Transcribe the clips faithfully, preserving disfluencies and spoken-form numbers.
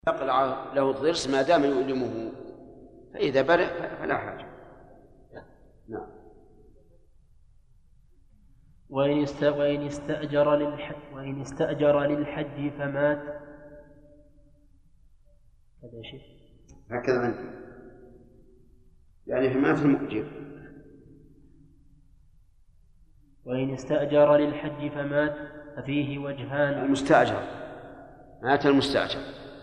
يقلع له الضرس ما دام يؤلمه، فإذا برئ فلا حاجة. نعم. وإن وإن استأجر للحج وإن استأجر للحج فمات. هذا شيء هكذا عندي، يعني فمات المؤجر. وإن استأجر للحج فمات ففيه وجهان. المستأجر مات المستأجر.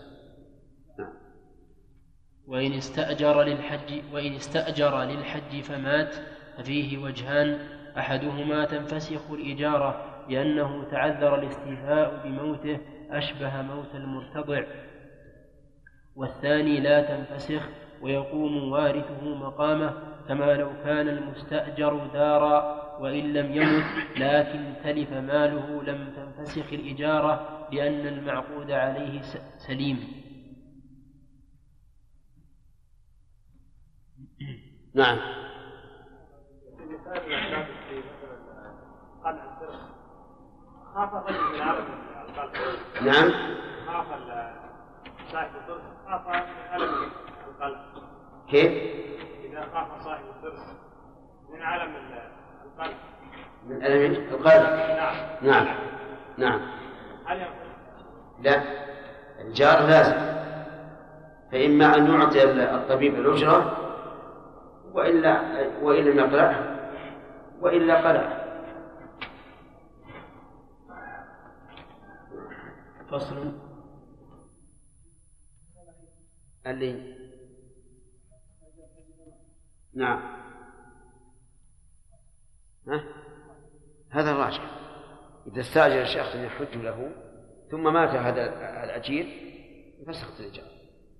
وإن استأجر للحج وإن استأجر للحج فمات ففيه وجهان، أحدهما تنفسخ الإجارة لأنه تعذر الاستيفاء بموته أشبه موت المرتضع، والثاني لا تنفسخ ويقوم وارثه مقامه، كما لو كان المستأجر دارا وإن لم يمت لكن تلف ماله لم تنفسخ الإجارة لأن المعقود عليه سليم. نعم. خاف الرجل من عدم القلب. نعم. خاف صاحب الضرس خاف من ألم القلب. كيف؟ إذا خاف صاحب الضرس من ألم القلب. من ألم القلب. نعم. نعم. نعم. هل ينفع؟ لا، الجار لازم، فإما أن يعطي الطبيب الأجرة وإلا وإن لم يقلع وإلا قلع. فصل. اللي نعم. ها؟ هذا الراجح. إذا استأجر الشخص أن يحج له ثم مات هذا الأجير فسخت الإجارة.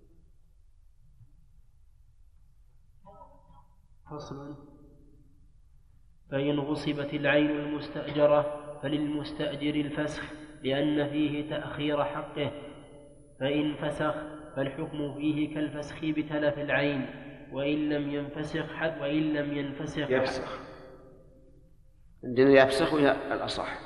فصل. فإن غصبت العين المستأجرة فللمستأجر الفسخ لأن فيه تأخير حقه، فإن فسخ فالحكم فيه كالفسخ بتلف العين، وإن لم ينفسخ حد وإن لم ينفسخ يفسخ. عندنا يفسخ وهي الأصح.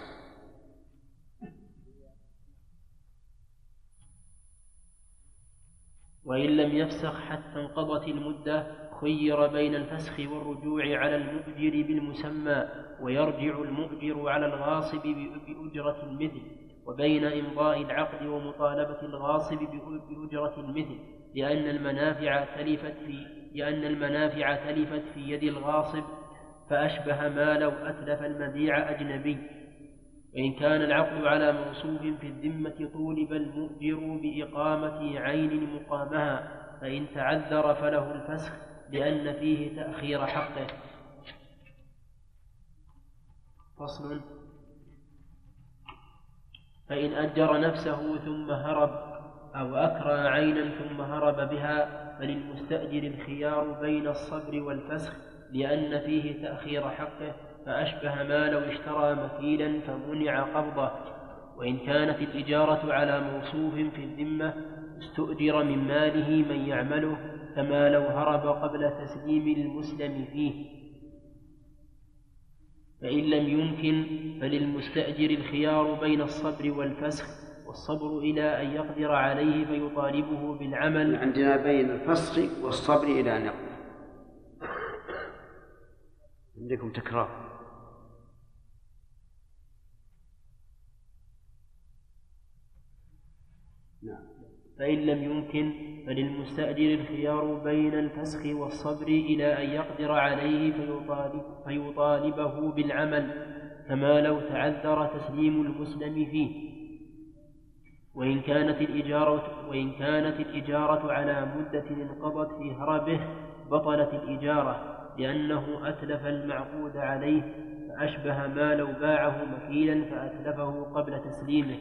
وإن لم يفسخ حتى انقضت المدة خير بين الفسخ والرجوع على المؤجر بالمسمى، ويرجع المؤجر على الغاصب بأجرة المثل، وبين إمضاء العقد ومطالبة الغاصب بأجرة المثل، لأن المنافع تلفت في لأن المنافع تلفت في يد الغاصب، فأشبه ما لو أتلف المبيع أجنبي. وإن كان العقد على موصوف في الذمة طولب المؤجر بإقامة عين مقامها، فإن تعذر فله الفسخ لأن فيه تأخير حقه. فصل. فإن أجر نفسه ثم هرب أو أكرى عينا ثم هرب بها فللمستأجر الخيار بين الصبر والفسخ لأن فيه تأخير حقه، فأشبه ما لو اشترى مثيلا فمنع قبضه. وإن كانت الإجارة على موصوف في الذمة استؤجر من ماله من يعمله، كما لو هرب قبل تسليم المسلم فيه. فإن لم يمكن فللمستأجر الخيار بين الصبر والفسخ، والصبر إلى أن يقدر عليه فيطالبه بالعمل. عندنا بين الفسخ والصبر إلى أن يقدر. عندكم تكرار. نعم. فإن لم يمكن فللمستأجر الخيار بين الفسخ والصبر إلى أن يقدر عليه فيطالب فيطالبه بالعمل، كما لو تعذر تسليم المسلم فيه. وإن كانت الإجارة وإن كانت الإجارة على مدة انقضت في هربه بطلت الإجارة لأنه أتلف المعقود عليه، فأشبه ما لو باعه مثيلا فأتلفه قبل تسليمه.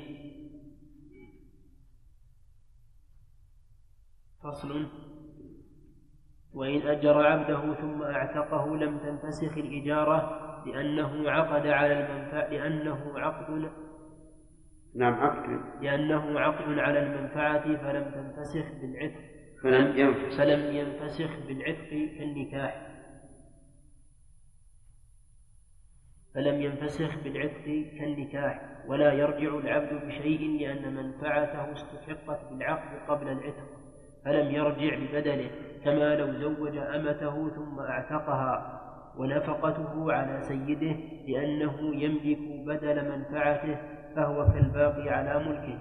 فصل. وإن أجر عبده ثم أعتقه لم تنفسخ الإجارة لأنه عقد على المنفعة لأنه عقد نعم عقد لأنه عقد على المنفعة فلم تنفسخ بالعتق فلم ينفسخ فلم ينفسخ بالعتق كالنكاح فلم ينفسخ بالعتق كالنكاح ولا يرجع العبد بشيء لأن منفعته استحقت بالعقد قبل العتق فلم يرجع ببدله، كما لو زوج أمته ثم اعتقها ونفقته على سيده لأنه يملك بدل منفعته فهو كالباقي على ملكه.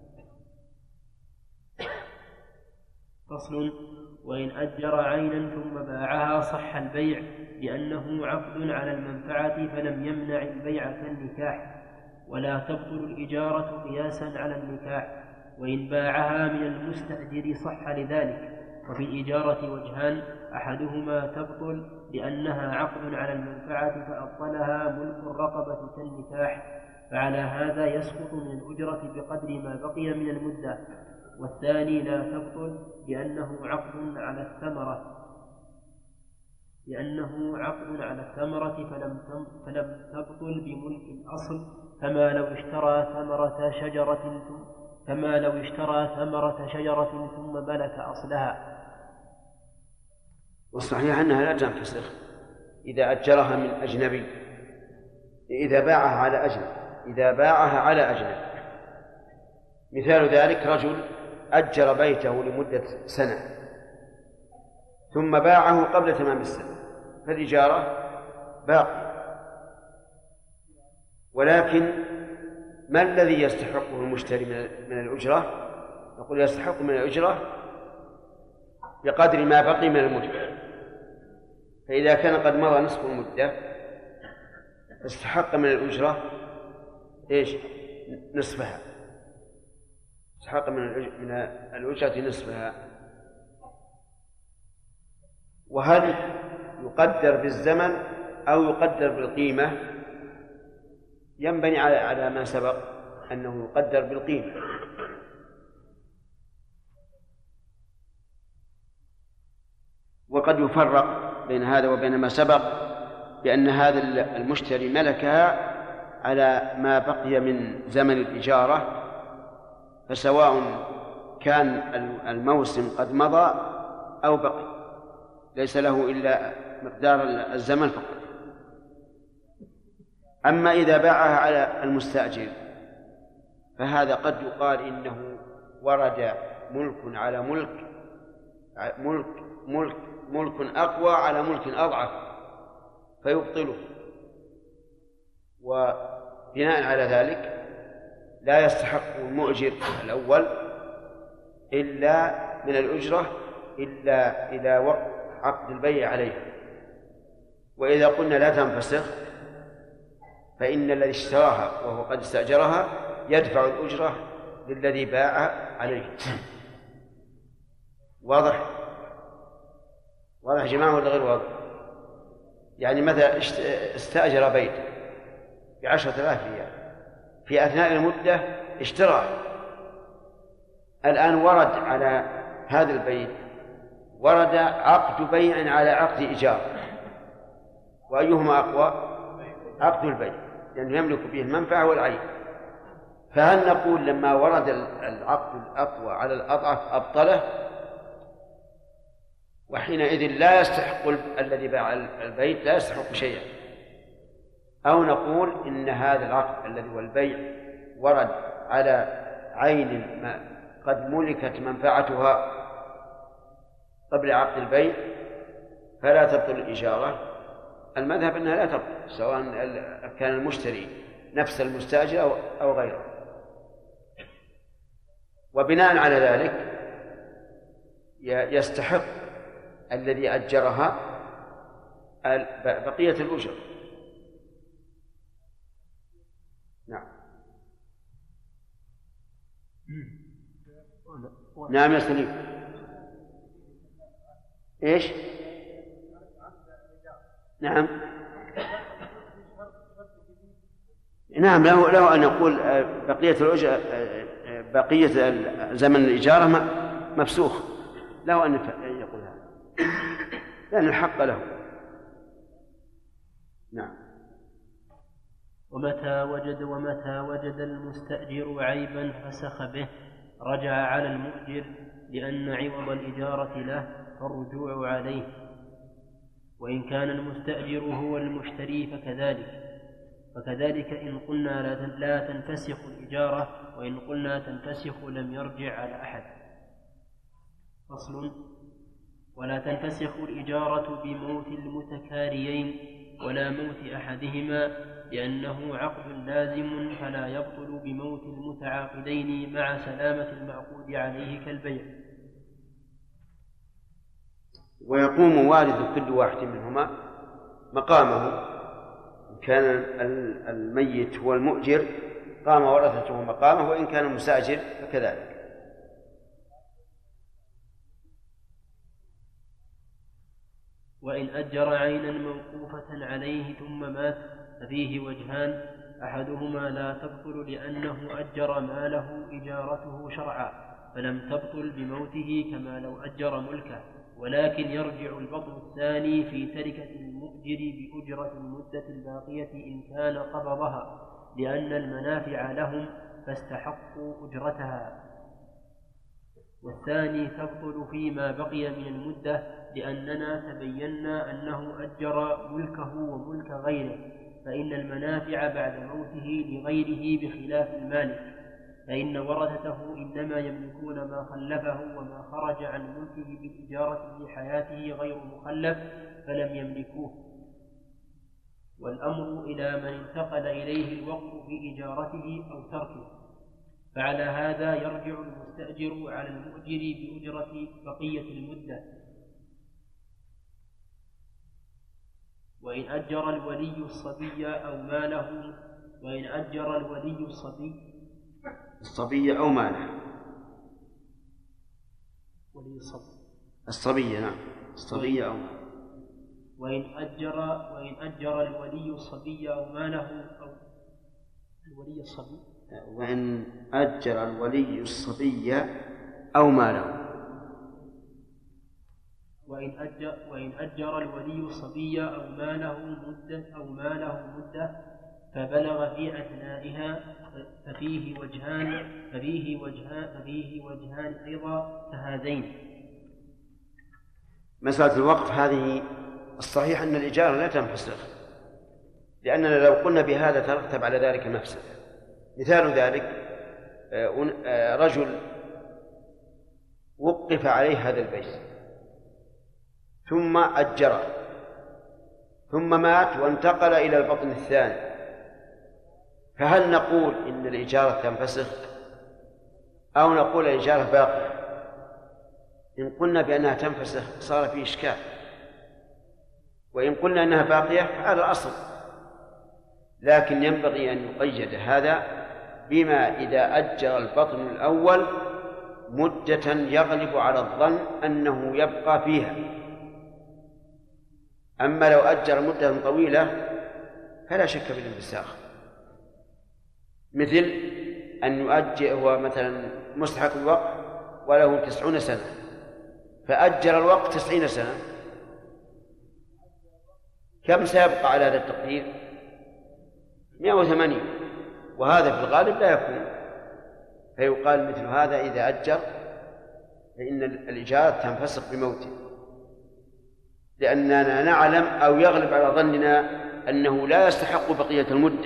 فصل: وإن أجر عينا ثم باعها صح البيع لأنه عقد على المنفعة فلم يمنع البيع كالنكاح، ولا تبطل الإجارة قياسا على النكاح، وإن باعها من المستأجر صح لذلك. وفي الإجارة وجهان: أحدهما تبطل لأنها عقد على المنفعة فأبطلها ملك الرقبة كالنكاح، فعلى هذا يسقط من الأجرة بقدر ما بقي من المدة. والثاني لا تبطل لأنه عقد على الثمرة لأنه عقد على الثمرة فلم فلم تبطل بملك الأصل، كما لو اشترى ثمرة شجرة كما لو اشترى ثمرة شجرة ثم ملك أصلها. والصحيح أنها لا تنفسخ إذا أجرها من أجنبي، إذا باعها على أجنبي إذا باعها على أجنبي. مثال ذلك: رجل أجر بيته لمدة سنة ثم باعه قبل تمام السنة، فالإجارة باقية، ولكن ما الذي يستحقه المشتري من الأجرة؟ نقول يستحق من الأجرة بقدر ما بقي من المدة. فإذا كان قد مضى نصف المدة استحق من الأجرة إيش؟ نصفها، استحق من الأجرة نصفها. وهل يقدر بالزمن أو يقدر بالقيمة؟ ينبني على على ما سبق أنه يقدر بالقيمة. وقد يفرق بين هذا وبين ما سبق بأن هذا المشتري ملكها على ما بقي من زمن الإجارة، فسواء كان الموسم قد مضى أو بقي ليس له إلا مقدار الزمن فقط. أما إذا باعها على المستأجر فهذا قد يقال إنه ورد ملك على ملك ملك ملك ملك أقوى على ملك أضعف فيبطله، وبناء على ذلك لا يستحق المؤجر الأول إلا من الأجرة إلا إلى وقت عقد البيع عليه. وإذا قلنا لا تنفسخ فإن الذي اشتراها وهو قد استأجرها يدفع الأجرة للذي باع عليه. واضح؟ واضح جماعة ولا غير واضح؟ يعني مثلا استأجر بيت بعشرة آلاف ريال، في أثناء المدة اشتراه، الآن ورد على هذا البيت ورد عقد بيع على عقد إيجار، وأيهما أقوى؟ عقد البيع لأنه يملك به المنفعة والعين. فهل نقول لما ورد العقد الأقوى على الأضعف أبطله وحينئذ لا يستحق الذي باع البيت لا يستحق شيئا، أو نقول إن هذا العقد الذي هو البيع ورد على عين ما قد ملكت منفعتها قبل عقد البيع فلا تبطل الإجارة؟ المذهب أنها لا تبطل سواء كان المشتري نفس المستأجر أو غيره. وبناء على ذلك يستحق الذي أجرها بقية الأجر. نعم نعم يا سليم. إيش؟ نعم نعم له له أن يقول بقية الأجر بقية زمن الإجارة مفسوخ، له أن يقول هذا لأن الحق له. نعم. ومتى وجد ومتى وجد المستأجر عيبا فسخ به رجع على المؤجر لأن عوض الإجارة له فالرجوع عليه، وإن كان المستأجر هو المشتري فكذلك. وكذلك إن قلنا لا تنفسخ الإجارة وإن قلنا تنفسخ لم يرجع على أحد. فصل: ولا تنفسخ الإجارة بموت المتكاريين ولا موت أحدهما لأنه عقد لازم فلا يبطل بموت المتعاقدين مع سلامة المعقود عليه كالبيع. ويقوم وارث كل واحد منهما مقامه. إن كان الميت هو المؤجر قام ورثته مقامه، وإن كان المستأجر فكذلك. وإن أجر عينا موقوفة عليه ثم مات ففيه وجهان: أحدهما لا تبطل لأنه أجر ما له إجارته شرعا فلم تبطل بموته كما لو أجر ملكه، ولكن يرجع البطل الثاني في تركة المؤجر بأجرة المدة الباقية إن كان قبضها لأن المنافع لهم فاستحقوا أجرتها. والثاني تبطل فيما بقي من المدة لأننا تبينا أنه أجر ملكه وملك غيره، فإن المنافع بعد موته لغيره بخلاف المالك، فإن ورثته إنما يملكون ما خلفه وما خرج عن ملكه بالإجارة في حياته غير مخلف فلم يملكوه. والأمر إلى من انتقل إليه الوقت في إجارته أو تركه، فعلى هذا يرجع المستأجر على المؤجر بأجرة بقية المدة. وإن أجر الولي الصبي أو ماله وإن أجر الولي الصبي الصبي أو ماله ولي الصبي الصبي نعم الصبي أو ماله وإن أجر وإن أجر الولي الصبي أو ماله أو الولي الصبي وإن أجر الولي الصبي أو ماله وإن أجر وإن أجر الولي الصبي أو ماله مدة أو ماله مدة فبلغ في أثنائها ففيه وجهان ففيه وجهان ففيه وجهان أيضا كهذين. مسألة الوقف هذه الصحيح أن الإجارة لا تنفسخ، لأننا لو قلنا بهذا ترتب على ذلك مفسدة. مثال ذلك رجل وقف عليه هذا البيت ثم أجره ثم مات وانتقل إلى البطن الثاني، فهل نقول إن الإجارة تنفسخ أو نقول الإجارة باقية؟ إن قلنا بأنها تنفسخ صار فيه إشكال، وإن قلنا أنها باقية فهذا الأصل. لكن ينبغي أن يقيد هذا بما إذا أجر البطن الأول مدة يغلب على الظن أنه يبقى فيها. أما لو أجر مدة طويلة فلا شك بالانفساخ، مثل أن يؤجر هو مثلا مستحق الوقت وله تسعون سنة فأجر الوقت تسعين سنة، كم سيبقى على هذا التقدير؟ مئة وثمانين، وهذا في الغالب لا يكون، فيقال مثل هذا إذا أجر فإن الإجارة تنفسخ بموته، لأننا نعلم أو يغلب على ظننا أنه لا يستحق بقية المدة.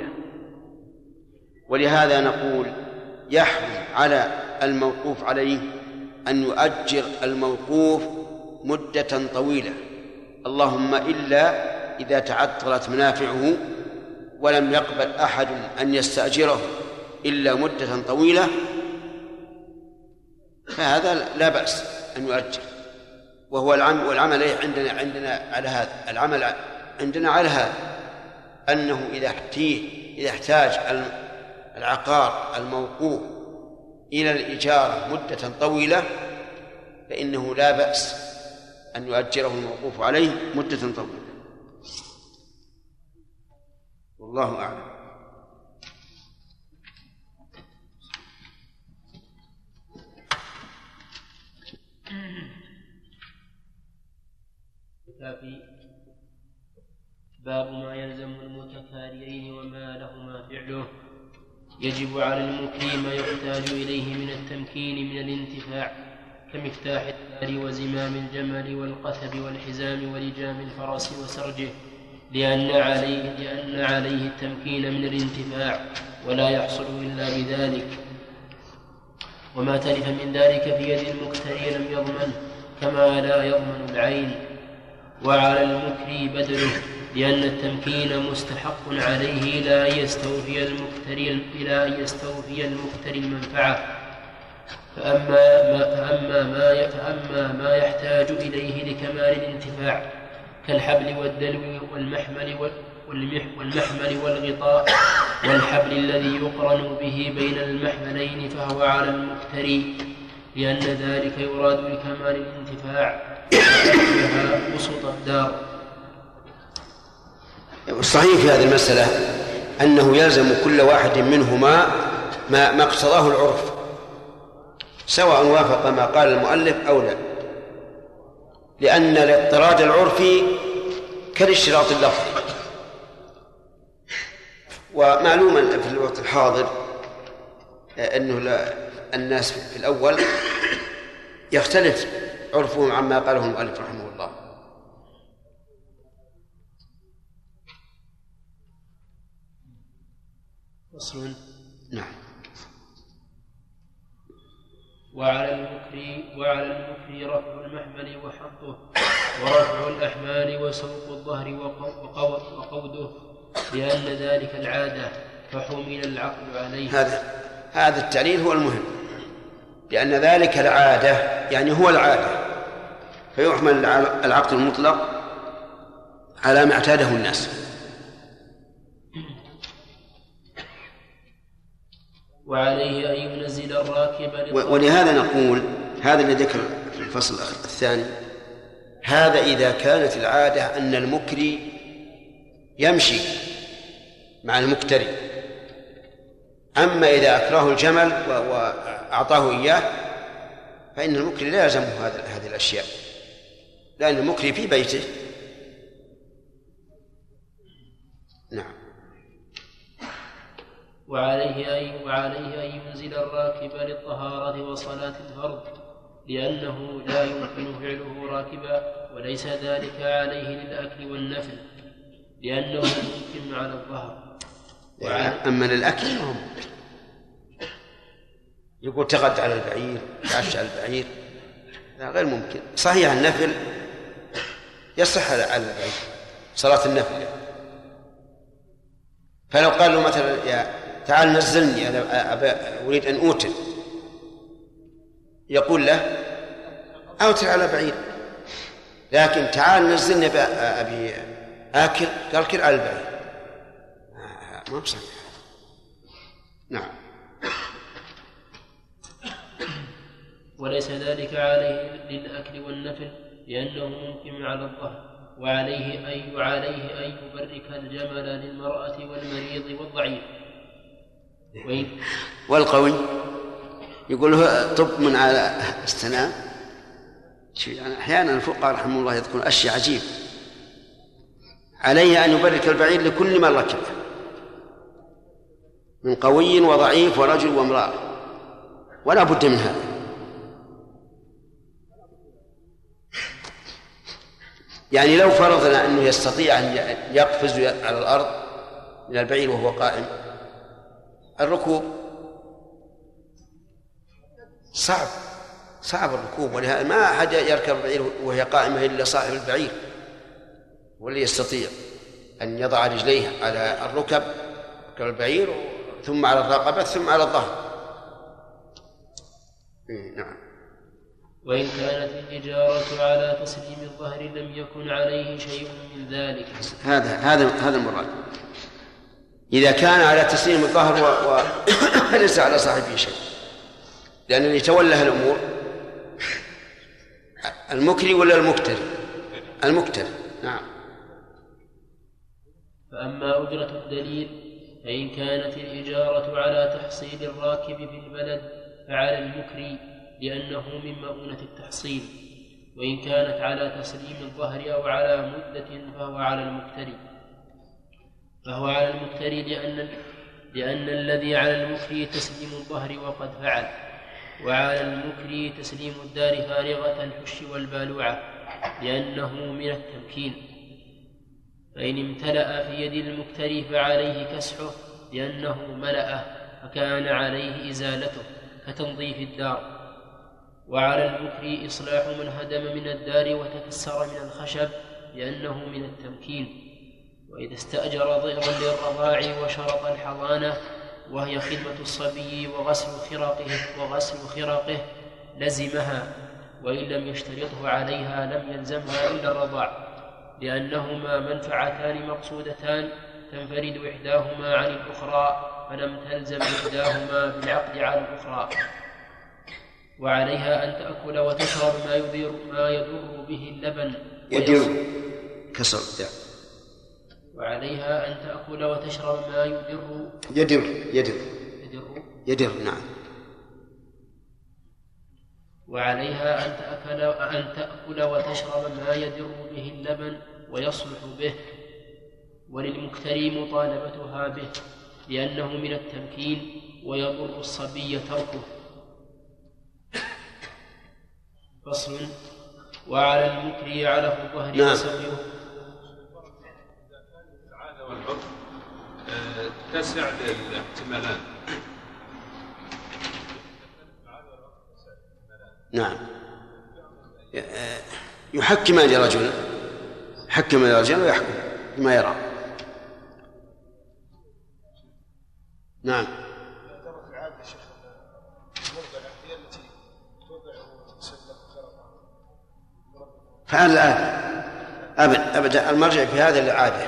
ولهذا نقول يحرم على الموقوف عليه أن يؤجر الموقوف مدة طويلة، اللهم إلا إذا تعطلت منافعه ولم يقبل أحد أن يستأجره إلا مدة طويلة، فهذا لا بأس أن يؤجر. وهو العمل والعمل عندنا عندنا على هذا العمل عندنا على هذا أنه إذا إذا احتاج العقار الموقوف إلى الإجارة مدة طويلة فإنه لا بأس أن يؤجره الموقوف عليه مدة طويلة، والله أعلم. باب ما يلزم المتكاريين وما لهما فعله. يجب على المكري ما يحتاج إليه من التمكين من الانتفاع كمفتاح الدار وزمام الجمل والقثب والحزام ولجام الفرس وسرجه لأن عليه, لأن عليه التمكين من الانتفاع ولا يحصل إلا بذلك. وما تلف من ذلك في يد المكتري لم يضمن كما لا يضمن العين. وعلى المكري بدله لأن التمكين مستحق عليه إلى أن يستوفي المكتري إلى أن يستوفي المكتري المنفعة. فأما ما, فأما ما, فأما ما يحتاج إليه لكمال الانتفاع كالحبل والدلو والمحمل والمحمل والغطاء والحبل الذي يقرن به بين المحملين فهو على المكتري لأن ذلك يراد لكمال الانتفاع وأهلها وسط الدار. الصحيح في هذه المسألة أنه يلزم كل واحد منهما ما, ما اقتضاه العرف سواء وافق ما قال المؤلف أو لا، لأن الاضطراد العرفي كالاشتراط اللفظي. ومعلوما في الوقت الحاضر أنه الناس في الأول يختلف عرفهم عما قاله المؤلف رحمه الله. فصل. نعم. وعلى المكري وعلى المكري رفع المحمل وحطه ورفع الأحمال وسوق الظهر وقوده لأن ذلك العادة فحمل العقل عليه. هذا هذا التعليل هو المهم، لأن ذلك العادة يعني هو العادة، فيحمل العقل المطلق على ما اعتاده الناس. وعليه أن ينزل الراكب. ولهذا نقول هذا الذي ذكر في الفصل الثاني، هذا إذا كانت العادة أن المكري يمشي مع المكتري. أما إذا أكراه الجمل وأعطاه إياه فإن المكري لا يلزمه هذه الأشياء، لأن المكري في بيته. نعم. وعليه أن وعليه أن ينزل الراكب للطهارة وصلاة الفرض لأنه لا يمكن فعله راكبا، وليس ذلك عليه للأكل والنفل لأنه ممكن على الظهر. أما للأكل يقول تغد على البعير تعشى على البعير، لا غير ممكن. صحيح النفل يصح على البعير صلاة النفل، فلو قال له مثلا يا تعال نزلني أنا أريد أن أوتر، يقول له أوتر على بعير، لكن تعال نزلني أبي آكل قال كل على البعير، ما بصح. نعم. وليس ذلك عليه للأكل والنفل لأنه ممكن على الظهر. وعليه أي وعليه أن يبرك الجمل للمرأة والمريض والضعيف. والقوي يقول له طب من على استنام. يعني أحيانا الفقهاء رحمه الله يذكرون أشياء عجيب. عليه أن يبرك البعير لكل من ركبه من قوي وضعيف ورجل وامرأة، ولا بد من هذا. يعني لو فرضنا أنه يستطيع أن يقفز على الأرض من البعير وهو قائم، الركوب صعب صعب الركوب، ولهذا ما أحد يركب البعير وهي قائمة إلا صاحب البعير، واللي يستطيع أن يضع رجليه على الركب كالبعير ثم على الرقبة ثم على الظهر. نعم. وإن كانت الإجارة على تسليم الظهر لم يكن عليه شيء من ذلك. هذا هذا هذا المراد. إذا كان على تسليم الظهر وليس على صاحبه شيء، لأن اللي يتولى الأمور المكري ولا المكتري؟ المكتري. نعم. فأما أجرة الدليل فإن كانت الإجارة على تحصيل الراكب في البلد فعلى المكري لأنه من مؤونة التحصيل، وإن كانت على تسليم الظهر أو على مدة فهو على المكتري فهو على المكتري لأن, لأن الذي على المكري تسليم الظهر وقد فعل، وعلى المكري تسليم الدار فارغة الحش والبالوعة لأنه من التمكين. فإن امتلأ في يد المكتري فعليه كسحه لأنه ملأه فكان عليه إزالته كتنظيف الدار. وعلى المكري إصلاح من هدم من الدار وتكسر من الخشب لأنه من التمكين. وإذا استأجر ضئرا للرضاع وشرط الحضانة وهي خدمة الصبي وغسل خرقه, وغسل خرقه لزمها، وإن لم يشترطه عليها لم يلزمها إلا الرضاع، لأنهما منفعتان مقصودتان تنفرد إحداهما عن الأخرى فلم تلزم إحداهما بالعقد على الأخرى. وعليها أن تأكل وتشرب ما يضر, ما يضر به اللبن يدر كسر ده. وعليها أن تأكل وتشرب ما يضر يدر يدر يدر, يدر نعم. وعليها أن تأكل, أن تأكل وتشرب ما يدر به اللبن ويصلح به. وللمكتري مطالبتها به لأنه من التمكين ويضر الصبي تركه. فصل. وعلى المكري على الظهر نعم. وسقيه. العادة والعرف تسع للاحتمالات. نعم. يحكم لرجل حكم لرجل ويحكم بما يرى. نعم. فهذا العادة أبدا أبدا المرجع في هذا العادة.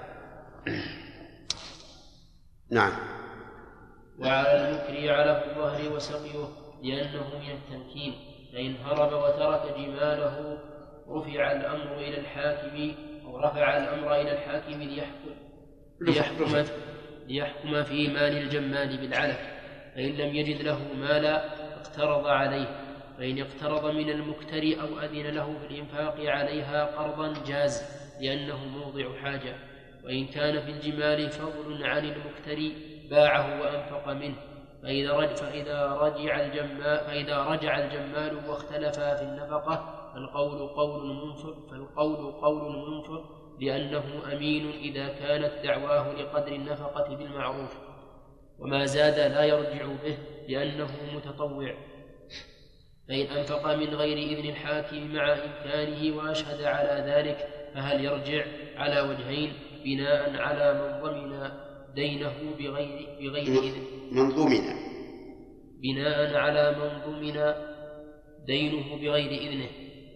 نعم. وعلى المكري على الظهر وسقيه لأنه من التمكين، فإن هرب وترك جماله رفع الأمر إلى الحاكم أو رفع الأمر إلى الحاكم ليحكم ليحكم, ليحكم في مال الجمال بالعلف، فإن لم يجد له مالا اقترض عليه، فإن اقترض من المكتري أو أذن له في الإنفاق عليها قرضا جاز لأنه موضع حاجة. وإن كان في الجمال فضل عن المكتري باعه وأنفق منه، فإذا رجع, فإذا رجع الجمال فإذا رجع الجمال واختلفا في النفقة فالقول قول منفق فالقول قول منفق لأنه أمين إذا كانت دعواه لقدر النفقة بالمعروف، وما زاد لا يرجع به لأنه متطوع. فإن أنفق من غير إذن الحاكم مع إمكانه وأشهد على ذلك فهل يرجع؟ على وجهين: بناء على من ضمن دينه بغير, بغير إذن من ضمن بناء على من ضمن دينه بغير إذنه،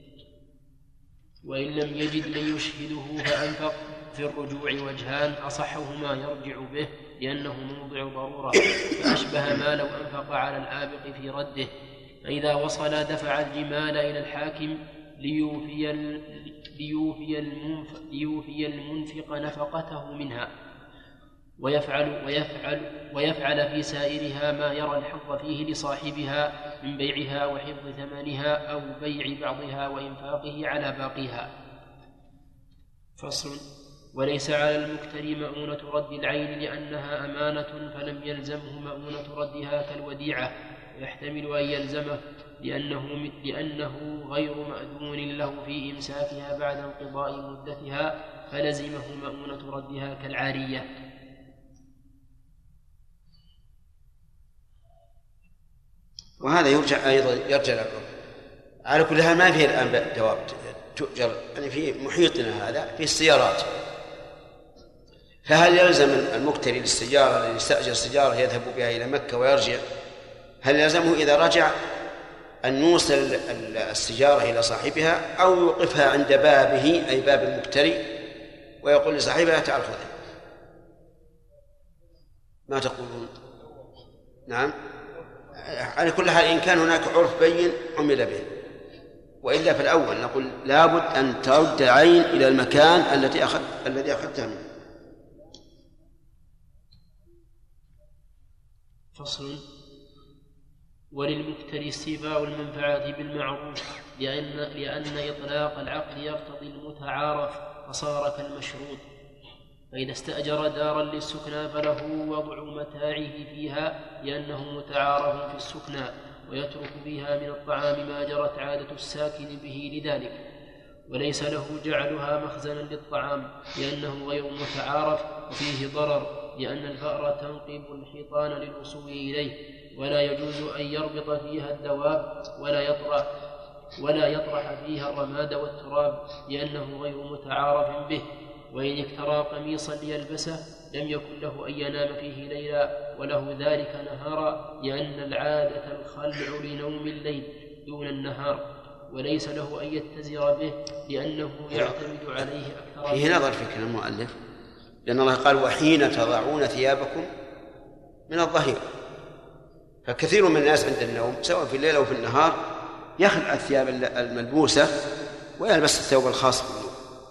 وإن لم يجد من يشهده فأنفق. في الرجوع وجهان أصحهما يرجع به لأنه موضع ضرورة، فأشبه ما لو أنفق على الآبق في رده. فإذا وصل دفع الجمال إلى الحاكم ليوفي, ليوفي, المنفق ليوفي المنفق نفقته منها، ويفعل, ويفعل, ويفعل في سائرها ما يرى الحظ فيه لصاحبها من بيعها وحفظ ثمنها أو بيع بعضها وإنفاقه على باقيها. فصل. وليس على المكتري مؤونة رد العين لأنها أمانة فلم يلزمه مؤونة ردها كالوديعة، ويحتمل أن يلزمه لأنه, لأنه غير مأذون له في إمساكها بعد انقضاء مدتها فلزمه مؤونة ردها كالعارية. وهذا يرجع أيضا يرجع للعرف. على كل حال ما فيه الآن جواب تؤجر، يعني في محيطنا هذا في السيارات، فهل يلزم المكتري للسيارة الذي يستأجر سيارة يذهب بها إلى مكة ويرجع، هل يلزمه إذا رجع أن يوصل السيارة إلى صاحبها أو يوقفها عند بابه أي باب المكتري ويقول لصاحبها تعال خذها؟ ما تقولون؟ نعم. على كل حال إن كان هناك عرف بين عمل به، وإلا في الأول نقول لابد أن ترد عين إلى المكان الذي أخذ الذي أخذتها منه. فصل. وللمكتري استيفاء المنفعة بالمعروف لأن, لأن إطلاق العقد يقتضي المتعارف فصار كالمشروط. فإذا استأجر دارا للسكنى فله وضع متاعه فيها لأنه متعارف في السكنى، ويترك فيها من الطعام ما جرت عادة الساكن به لذلك. وليس له جعلها مخزنا للطعام لأنه غير متعارف وفيه ضرر، لأن الفأر تنقب الحيطان للوصول إليه، ولا يجوز أن يربط فيها الدواب ولا يطرح ولا يطرح فيها الرماد والتراب لأنه غير متعارف به. وإن اكترى قميصا ليلبسه لم يكن له أن ينام فيه ليلا وله ذلك نهارا، لأن العادة الخلع لنوم الليل دون النهار، وليس له أن يتزر به لأنه يعتمد عليه أكثر. فيه نظر في كلام المؤلف، لأن الله قال وحين تضعون ثيابكم من الظهير، فكثير من الناس عند النوم سواء في الليل أو في النهار يخلع الثياب الملبوسة ويلبس الثوب الخاص بالنوم.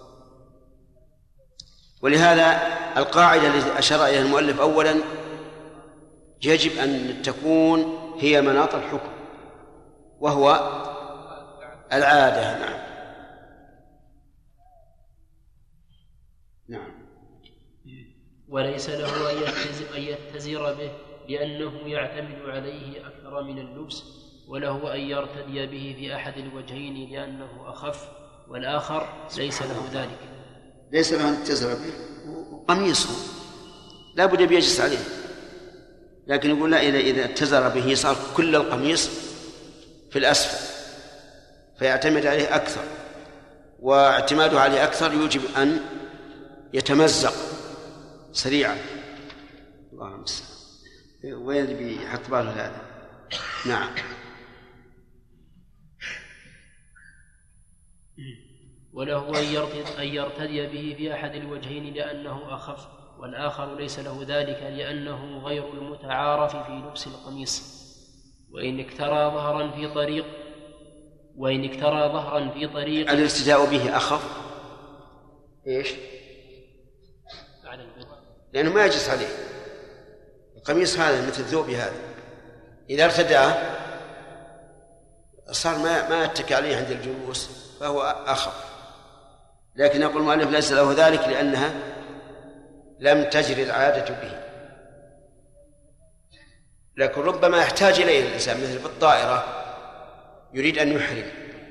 ولهذا القاعدة التي أشار إليها المؤلف أولا يجب أن تكون هي مناط الحكم وهو العادة. نعم نعم. وليس له أن يتزر به لأنه يعتمد عليه أكثر من اللبس، وله أن يرتدي به في أحد الوجهين لأنه أخف، والآخر ليس له ذلك. ليس له أن يتزر به قميصه لا بد بيجلس عليه، لكن يقول لا، إذا إذا اتزر به صار كل القميص في الأسفل فيعتمد عليه أكثر، واعتماده عليه أكثر يوجب أن يتمزق سريعا. الله المستعان، وين اللي بيحط باله هذا؟ نعم. وله أن يرتدي به في أحد الوجهين لأنه أخف، والآخر ليس له ذلك لأنه غير المتعارف في لبس القميص. وإن اكترى ظهرا في طريق وإن اكترى ظهرا في طريق الارتداء به أخف إيش؟ لأنه ما يجلس عليه. القميص هذا مثل الثوب هذا إذا ارتداه صار ما ما يتكي عليه عند الجلوس فهو أخف، لكن يقول المؤلف ليس له ذلك لأنها لم تجري العادة به. لكن ربما يحتاج إليه الإنسان، مثل في الطائرة يريد أن يحرم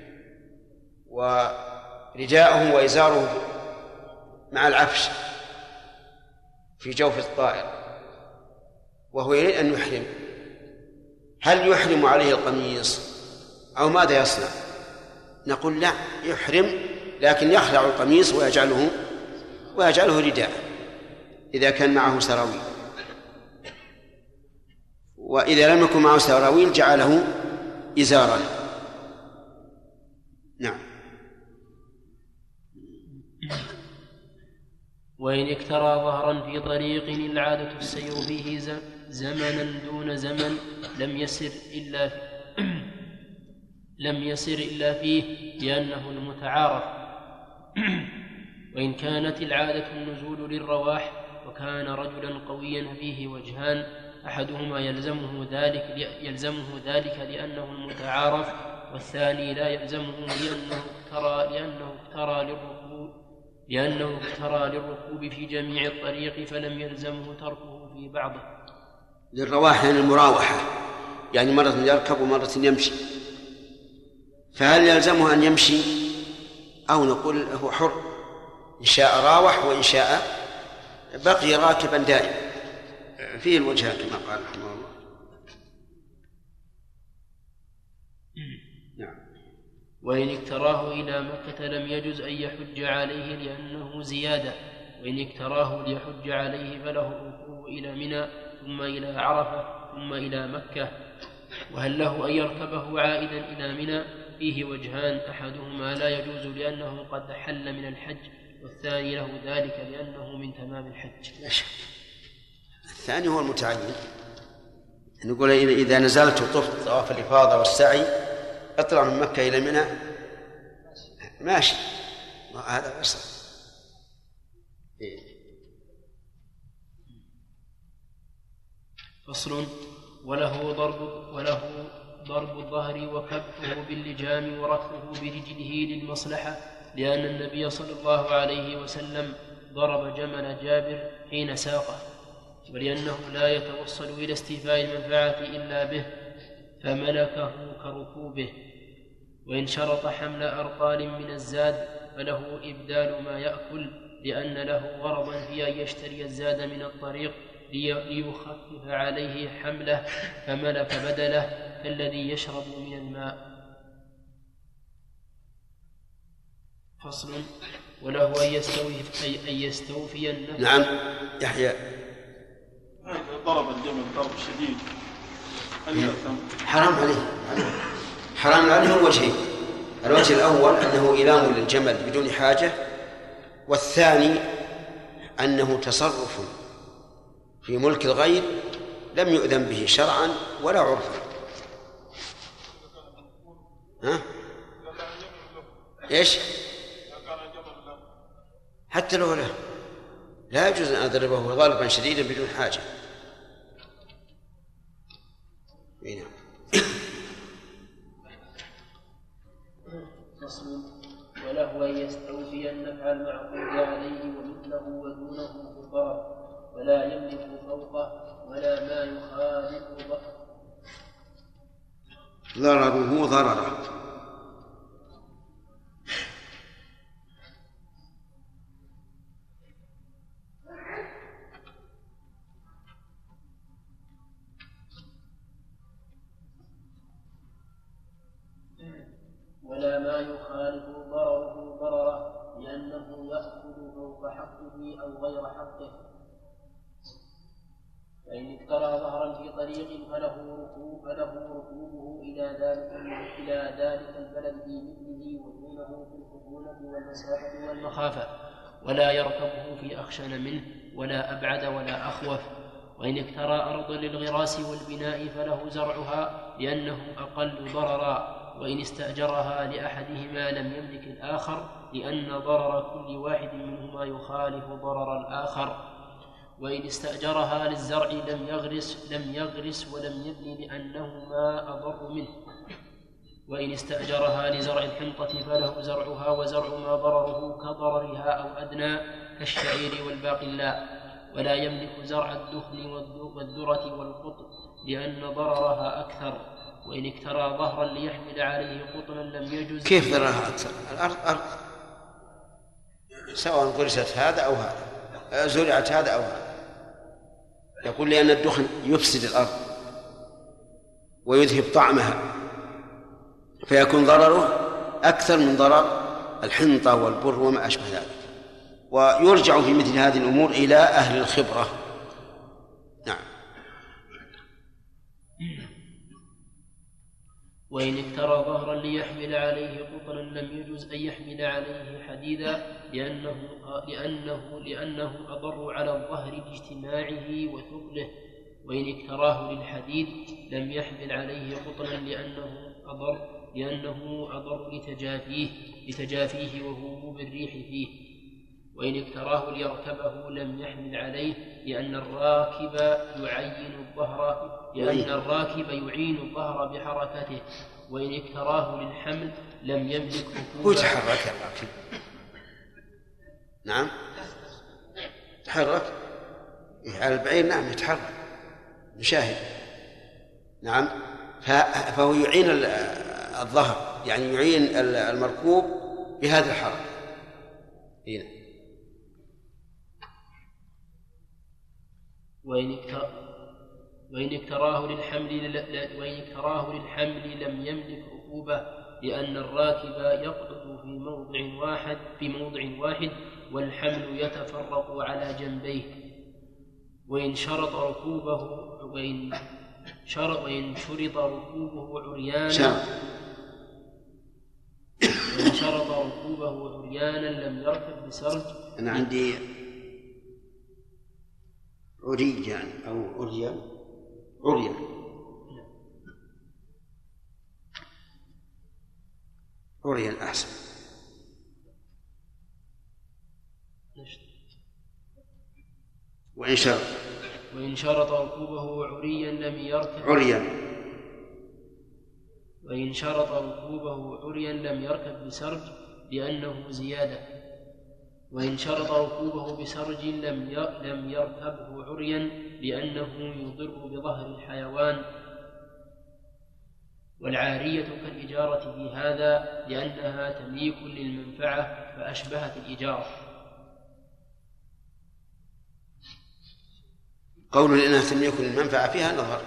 ورداءه وإزاره مع العفش في جوف الطائرة وهو يريد أن يحرم، هل يحرم عليه القميص أو ماذا يصنع؟ نقول لا، يحرم لكن يخلع القميص ويجعله ويجعله رداء إذا كان معه سراويل، وإذا لم يكن معه سراويل جعله إزارا. نعم. وإن اكترى ظهرا في طريق العادة السير فيه زمنا دون زمن لم يسر إلا في لم يسر إلا فيه لأنه المتعارف. وإن كانت العادة النزول للرواح وكان رجلا قويا فيه وجهان، أحدهما يلزمه ذلك يلزمه ذلك لأنه المتعارف، والثاني لا يلزمه لأنه اكترى لأنه اكترى للركوب لأنه اكترى للركوب في جميع الطريق فلم يلزمه تركه في بعضه. للرواح يعني المراوحة، يعني مرة يركب ومرة يمشي، فهل يلزمه أن يمشي أو نقول هو حر، إن شاء راوح وإن شاء بقي راكبا دائما؟ فيه الوجهان كما قال رحمه الله. نعم. وإن اكتراه إلى مكة لم يجز أن يحج عليه لأنه زيادة، وإن اكتراه ليحج عليه فله الركوب إلى منى ثم إلى عرفة ثم إلى مكة. وهل له أن يركبه عائدا إلى منى؟ فيه وجهان، أحدهما لا يجوز لأنه قد حل من الحج، والثاني له ذلك لأنه من تمام الحج. الثاني هو المتعين، نقول إذا نزلت وطفت طواف الإفاضة والسعي أطلع من مكة إلى منى ماشي، هذا أصل. فصل. وله ضرب وله ضرب الظهر وكبه باللجام ورفعه برجله للمصلحة، لأن النبي صلى الله عليه وسلم ضرب جمل جابر حين ساقه، ولأنه لا يتوصل إلى استيفاء المنفعة إلا به فملكه كركوبه. وإن شرط حمل أرطال من الزاد فله إبدال ما يأكل لأن له غرضا في أن يشتري الزاد من الطريق ليخفف عليه حمله فملك بدله كالذي يشرب من الماء. فصل. وله أن يستوفي, أن يستوفي النفع. نعم يحيى. ضرب الجمل ضرب شديد حرام عليه. حرام عليه وجهين: الوجه الأول أنه إيلام للجمل بدون حاجة، والثاني أنه تصرف في ملك الغير لم يؤذن به شرعا ولا عرفا. ها؟ إيش؟ حتى لو له لا يجوز أن أضربه ضربا شديدا بدون حاجة. هنا. وله أن يستوفي النفع المعقود عليه ومثله ودونه في الضرر ولا يملك فوقه ولا ما يخالف ضرره ضرره. ولا ما يخالف ضرره ضرره لأنه يأخذ فوق حقه أو غير حقه. فإن اقترى ظهرا في طريق فله ركوب فله ركوبه إلى ذلك إلى ذلك البلد بمثله ودونه في الخطونة والمسافة والمخافة، ولا يركبه في أخشن منه ولا أبعد ولا أخوف. وإن اقترى أرضا للغراس والبناء فله زرعها لأنه أقل ضررا، وإن استأجرها لأحدهما لم يملك الآخر لأن ضرر كل واحد منهما يخالف ضرر الآخر. وإن استأجرها للزرع لم يغرس لم يغرس ولم يبني لأنهما أضر منه. وإن استأجرها لزرع الحنطة فله زرعها وزرع ما ضرره كضررها أو أدنى كالشعير والباقلاء، ولا يملك زرع الدخن والذرة والقطن لأن ضررها أكثر. وإن اكترى ظهرا ليحمل عليه قطنا لم يجوز. كيف ضررها أكثر؟ الأرض أرض سواء غرست هذا أو هذا، زرعت هذا أو هذا. يقول لأن الدخن يفسد الأرض ويذهب طعمها، فيكون ضرره أكثر من ضرر الحنطة والبر وما أشبه ذلك. ويرجع في مثل هذه الأمور إلى أهل الخبرة. نعم. وإن اكترى ظهرا ليحمل عليه قطنا لم يجوز أن يحمل عليه حديدا لأنه, لأنه, لأنه أضر على الظهر باجتماعه وثقله. وإن اكتراه للحديد لم يحمل عليه قطنا لأنه أضر لأنه أضر لتجافيه, لتجافيه وهروب الريح فيه. وإن اكتراه ليركبه لم يحمل عليه لأن الراكب يعين الظهر لأن الراكب يعين الظهر بحركته. وإن اكتراه للحمل لم يملك ركوبه. هو يتحرك الراكب. نعم يتحرك على البعير. نعم يتحرك نشاهد. نعم فهو يعين الظهر يعني يعين المركوب بهذه الحركة. هنا. وإن وإن اكتراه للحمل وإن اكتراه للحمل لم يملك ركوبه لأن الراكب يقعد في موضع واحد في موضع واحد والحمل يتفرق على جنبيه. وإن شرط ركوبه وإن شرط وإن شرط ركوبه عريانا وإن شرط ركوبه عريانا لم يركب بسرج. أنا عندي عريان أو عريان عريان عريان أحسن. وإن شرط وإن شرط ركوبه عريا لم يركب عريان وإن شرط ركوبه عريا لم يركب بسرج لأنه زيادة. وإن شرط ركوبه بسرج لم لم يركبه عريا لأنه يضر بظهر الحيوان. والعارية كالإجارة في هذا لأنها تمليك للمنفعة فأشبهت الإجارة. قول لأنها تمليك للمنفعة فيها نظر.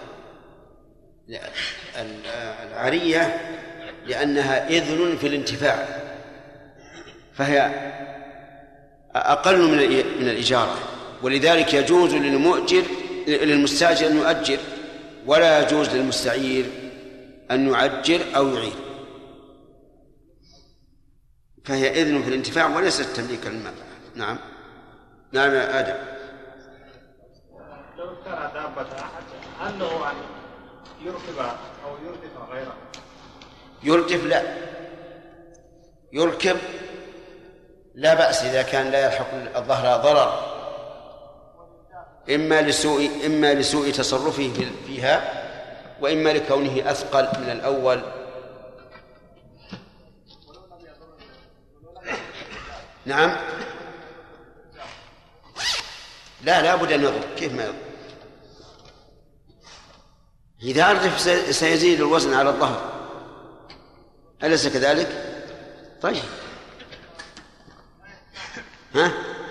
العارية لأنها إذن في الانتفاع فهي أقل من الإجارة، ولذلك يجوز للمؤجر للمستاجر أن يؤجر، ولا يجوز للمستعير أن يعجر أو يعير، فهي إذن في الانتفاع وليست تمليك للمنفعة. نعم نعم يا آدم. لو اشترى دابة أحد هل له أن يركبها أو يردف غيره؟ يردف لا، يركب لا بأس إذا كان لا يلحق الظهر ضرر، إما لسوء إما لسوء تصرفه فيها، وإما لكونه أثقل من الأول. نعم لا لا بد أن يضرب. كيف ما يضرب؟ إذا أردف سيزيد الوزن على الظهر، أليس كذلك؟ طيب ها؟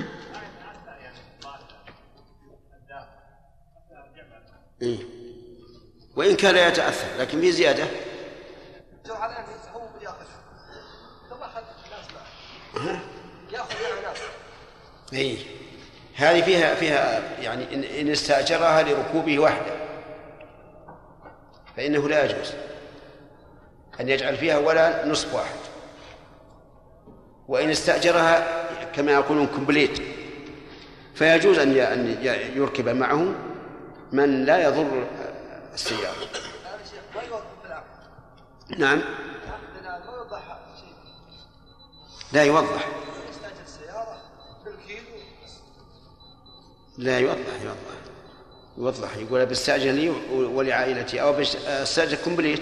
إيه؟ وإن كان لا يتأثر لكن في زيادة. إيه؟ هذه فيها فيها يعني إن استأجرها لركوبه وحده فإنه لا يجوز أن يجعل فيها ولا نصف واحد، وإن استأجرها كما يقولون كومبليت فيجوز أن يركب معه من لا يضر السيارة. نعم لا يوضح، لا يوضح يوضح يوضح يقول بستأجر لي ولعائلتي أو بستأجر كومبليت.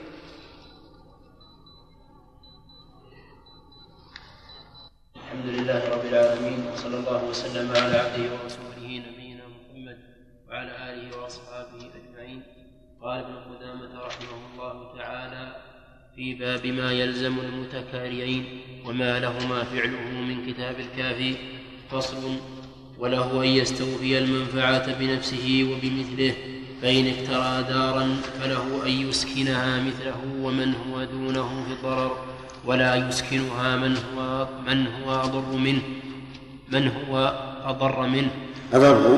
الحمد لله رب العالمين، وصلى الله وسلم على عبده ورسوله نبينا محمد وعلى آله وأصحابه أجمعين. قال ابن قدامة رحمه الله تعالى في باب ما يلزم المتكاريين وما لهما فعله من كتاب الكافي فصل: وله أن يستوفي المنفعة بنفسه وبمثله، فإن اكترى دارا فله أن يسكنها مثله ومن هو دونه في الضرر، ولا يسكنها من هو من هو أضر منه من هو أضر منه أضر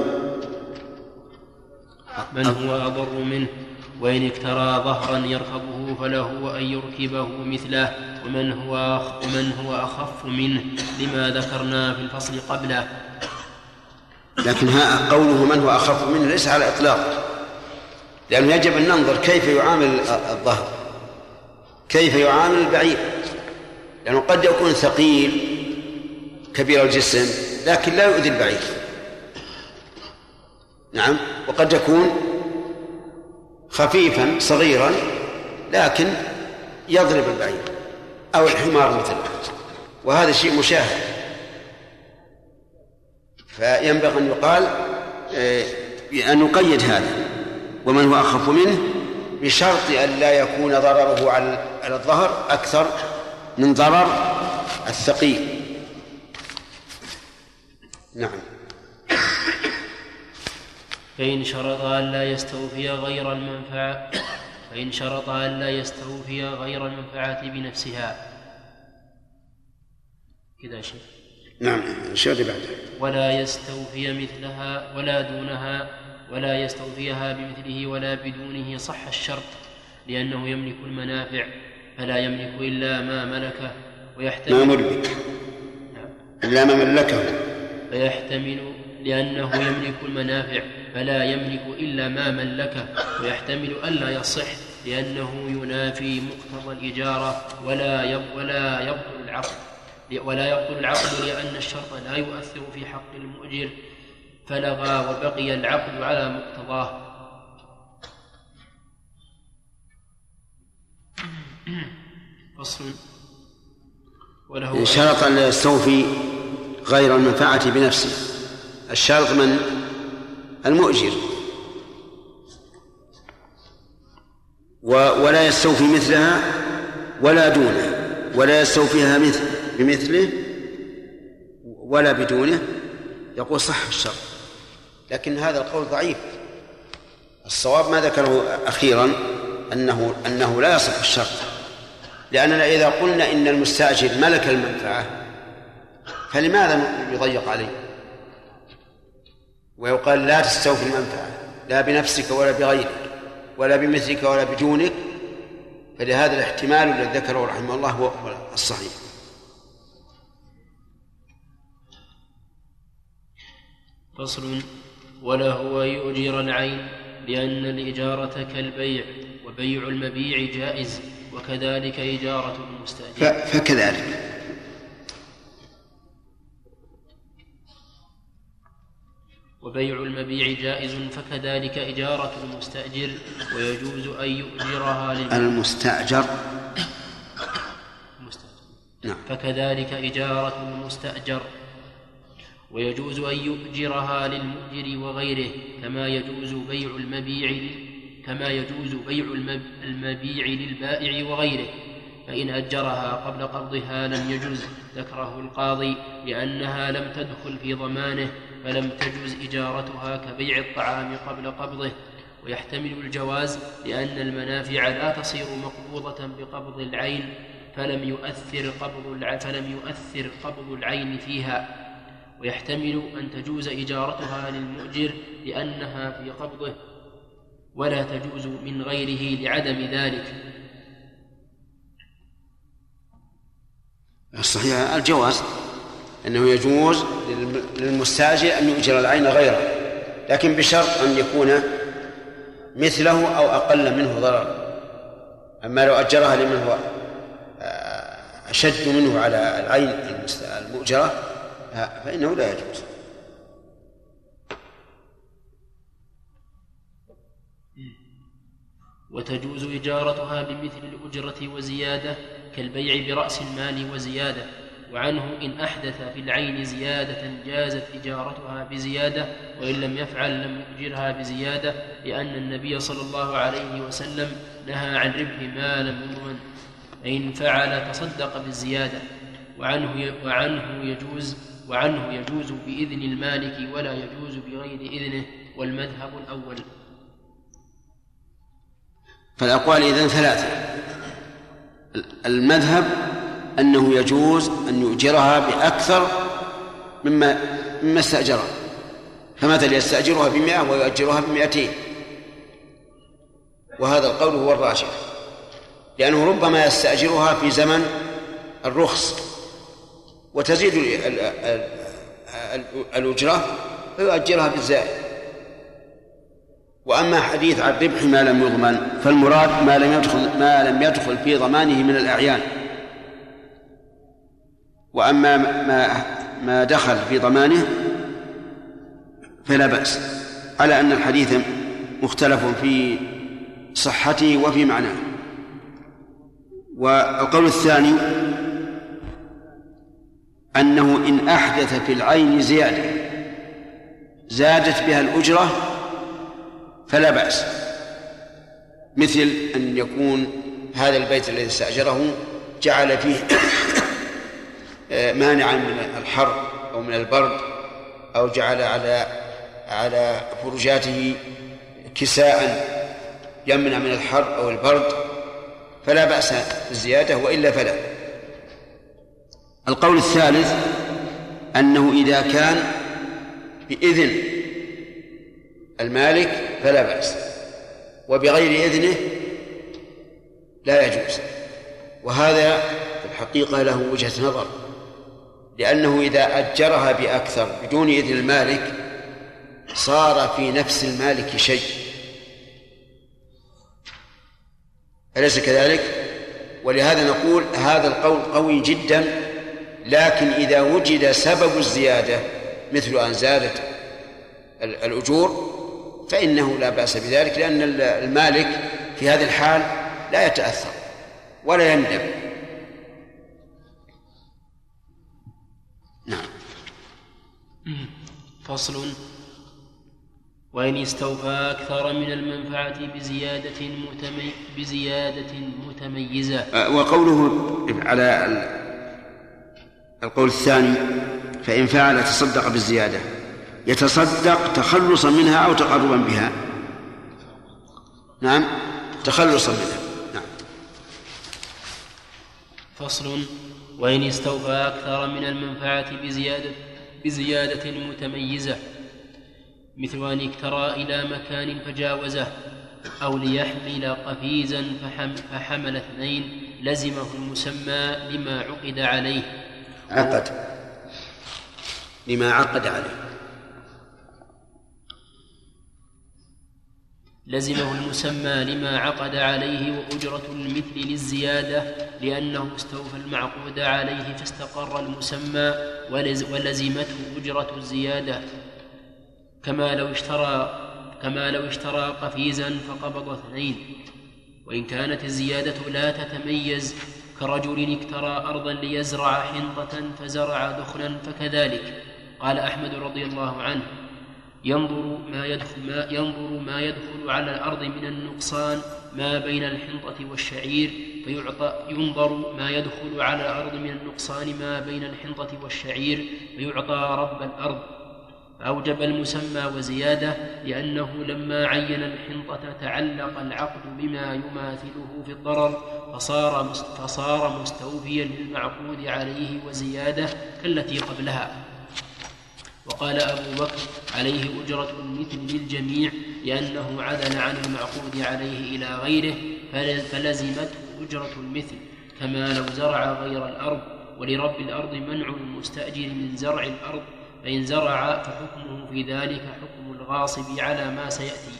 من هو أضر منه وإن اكترى ظهرا يركبه فله أن يركبه مثله ومن هو ومن هو أخف منه، لما ذكرنا في الفصل قبله. لكن ها قوله من هو أخف منه ليس على الإطلاق، لأنه يجب أن ننظر كيف يعامل الظهر، كيف يعامل البعير، لأنه قد يكون ثقيل كبير الجسم لكن لا يؤذي البعير. نعم، وقد يكون خفيفا صغيرا لكن يضرب البعير أو الحمار مثله، وهذا شيء مشاهد. فينبغي أن يقال أن نقيد هذا ومن هو أخف منه بشرط أن لا يكون ضرره على الظهر أكثر من ضرر الثقيل. نعم. فإن شرط أن لا يستوفي غير المنفعة فإن شرط أن لا يستوفي غير المنفعة بنفسها كذا شيء. نعم الشيء اللي بعده. ولا يستوفي مثلها ولا دونها ولا يستوفيها بمثله ولا بدونه صح الشرط، لأنه يملك المنافع فلا يملك إلا ما ملكه ويحتمل ما ملك إلا ما ملكه فيحتمل لأنه يملك المنافع فلا يملك إلا ما ملكه ويحتمل ألا يصح لأنه ينافي مقتضى الإجارة ولا يب ولا يبطل العقد ولا يبطل العقد لأن الشرط لا يؤثر في حق المؤجر فلغى وبقي العقد على مقتضاه. فصل: وله إن شرط أن لا يستوفي غير المنفعة بنفسه. الشرط من المؤجر، ولا يستوفي مثلها ولا دونه، ولا يستوفيها مثل بمثله ولا بدونه، يقول صح الشرط. لكن هذا القول ضعيف. الصواب ما ذكره أخيرا أنه, أنه لا يصح الشرط، لأننا إذا قلنا إن المستأجر ملك المنفعة فلماذا يضيق عليه ويقال لا تستوفي المنفعة لا بنفسك ولا بغيرك ولا بمثلك ولا بدونك؟ فلهذا الاحتمال الذي ذكره رحمه الله هو الصحيح. فصل: ولا هو يؤجر العين، لأن الإجارة كالبيع، وبيع المبيع جائز، وكذلك إجارة المستأجر. فكذلك وبيع المبيع جائز، فكذلك إجارة المستأجر، ويجوز أن يؤجرها المستأجر. نعم. فكذلك إجارة المستأجر، ويجوز أن يؤجرها للمؤجر وغيره، كما يجوز بيع المبيع كما يجوز بيع المبيع للبائع وغيره. فإن أجرها قبل قبضها لم يجوز، ذكره القاضي، لأنها لم تدخل في ضمانه، فلم تجوز إجارتها كبيع الطعام قبل قبضه. ويحتمل الجواز، لأن المنافع لا تصير مقبوضة بقبض العين، فلم يؤثر قبض فلم يؤثر قبض العين فيها. ويحتمل أن تجوز إجارتها للمؤجر لأنها في قبضه، ولا تجوز من غيره لعدم ذلك. الصحيح الجواز، أنه يجوز للمستأجر أن يؤجر العين غيره، لكن بشرط أن يكون مثله أو أقل منه ضرر. أما لو أجرها لمن هو أشد منه على العين المؤجرة فإنه لا يجوز. وتجوز إجارتها بمثل الأجرة وزيادة، كالبيع برأس المال وزيادة. وعنه إن أحدث في العين زيادة جازت إجارتها بزيادة، وإن لم يفعل لم يؤجرها بزيادة، لأن النبي صلى الله عليه وسلم نهى عن ربح ما لم يضمن، فإن فعل تصدق بالزيادة. وعنه وعنه يجوز وعنه يجوز بإذن المالك ولا يجوز بغير إذنه، والمذهب الأول. فالأقوال إذن ثلاثة. المذهب أنه يجوز أن يؤجرها بأكثر مما مما استأجرها، فمثل يستأجرها بمئة ويؤجرها بمئتين، وهذا القول هو الراجح، لأنه ربما يستأجرها في زمن الرخص وتزيد الأجرة فيؤجرها بالزائد. وأما حديث عن ربح ما لم يضمن فالمراد ما لم يدخل ما لم يدخل في ضمانه من الأعيان، وأما ما ما دخل في ضمانه فلا بأس، على أن الحديث مختلف في صحته وفي معناه. والقول الثاني أنه إن أحدث في العين زيادة زادت بها الأجرة فلا بأس، مثل أن يكون هذا البيت الذي استأجره جعل فيه مانعا من الحر أو من البرد، أو جعل على على فرجاته كساء يمنع من الحر أو البرد، فلا بأس بالزيادة، وإلا فلا. القول الثالث أنه إذا كان بإذن المالك فلا بأس، وبغير إذنه لا يجوز. وهذا في الحقيقة له وجهة نظر، لأنه إذا أجرها بأكثر بدون إذن المالك صار في نفس المالك شيء، أليس كذلك؟ ولهذا نقول هذا القول قوي جدا، لكن إذا وجد سبب الزيادة مثل أن زادت الأجور فإنه لا بأس بذلك، لأن المالك في هذه الحال لا يتأثر ولا يندم. نعم. فصل: وإن استوفى أكثر من المنفعة بزيادة, متمي بزيادة متميزة. وقوله على القول الثاني فإن فعل تصدق بالزيادة، يتصدق تخلصا منها أو تقربا بها؟ نعم، تخلصا منها. نعم. فصل. وإن استوفى أكثر من المنفعة بزيادة, بزيادة متميزة، مثل أن اكترى إلى مكان فجاوزه، أو ليحمل قفيزا فحم فحمل اثنين، لزمه المسمى لما عقد عليه عقد لما عقد عليه لزمه المسمى لما عقد عليه وأجرة المثل للزيادة، لأنه استوفى المعقود عليه فاستقر المسمى ولزمته أجرة الزيادة، كما لو اشترى كما لو اشترى قفيزا فقبض اثنين. وإن كانت الزيادة لا تتميز، كرجل اكترى أرضا ليزرع حنطة فزرع دخلا، فكذلك. قال أحمد رضي الله عنه: ينظر ما يدخل, ما ينظر ما يدخل على الأرض من النقصان ما بين الحنطة والشعير، فيعطى ينظر ما يدخل على الأرض من النقصان ما بين الحنطة والشعير فيعطى رب الأرض. فأوجب المسمى وزيادة، لأنه لما عين الحنطة تعلق العقد بما يماثله في الضرر، فصار, فصار مستوفيا للمعقود عليه وزيادة كالتي قبلها. وقال أبو بكر: عليه أجرة المثل للجميع، لأنه عدل عن المعقود عليه إلى غيره فلزمته أجرة المثل، كما لو زرع غير الأرض. ولرب الأرض منع المستأجر من زرع الأرض، فإن زرع فحكمه في ذلك حكم الغاصب على ما سيأتي.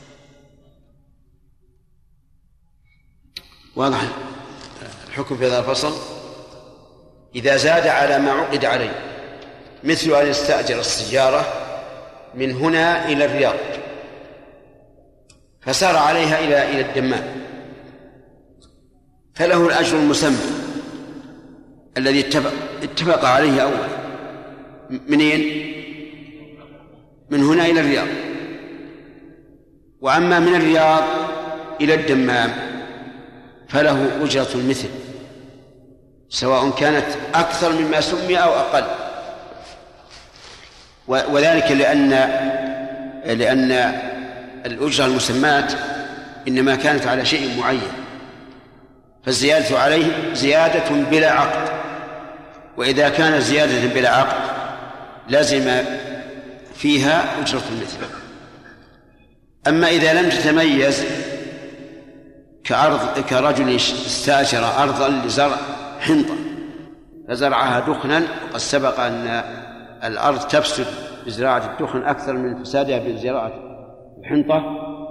واضح الحكم في هذا الفصل. إذا زاد على ما عقد عليه، مثل أن يستأجر السيارة من هنا إلى الرياض فسار عليها إلى إلى الدمام، فله الأجر المسمى الذي اتفق, اتفق عليه أولا. منين؟ من هنا إلى الرياض. وأما من الرياض إلى الدمام فله أجرة المثل، سواء كانت أكثر مما سمي أو أقل. وذلك لأن لأن الأجرة المسمات إنما كانت على شيء معين، فالزيادة عليه زيادة بلا عقد، وإذا كانت زيادة بلا عقد لازم فيها أجرة المثل. أما إذا لم تتميز، كأرض كرجل استأجر أرضا لزرع حنطة فزرعها دخنا، وقد سبق أن الأرض تفسد بزراعة الدخن أكثر من فسادها بزراعة الحنطة،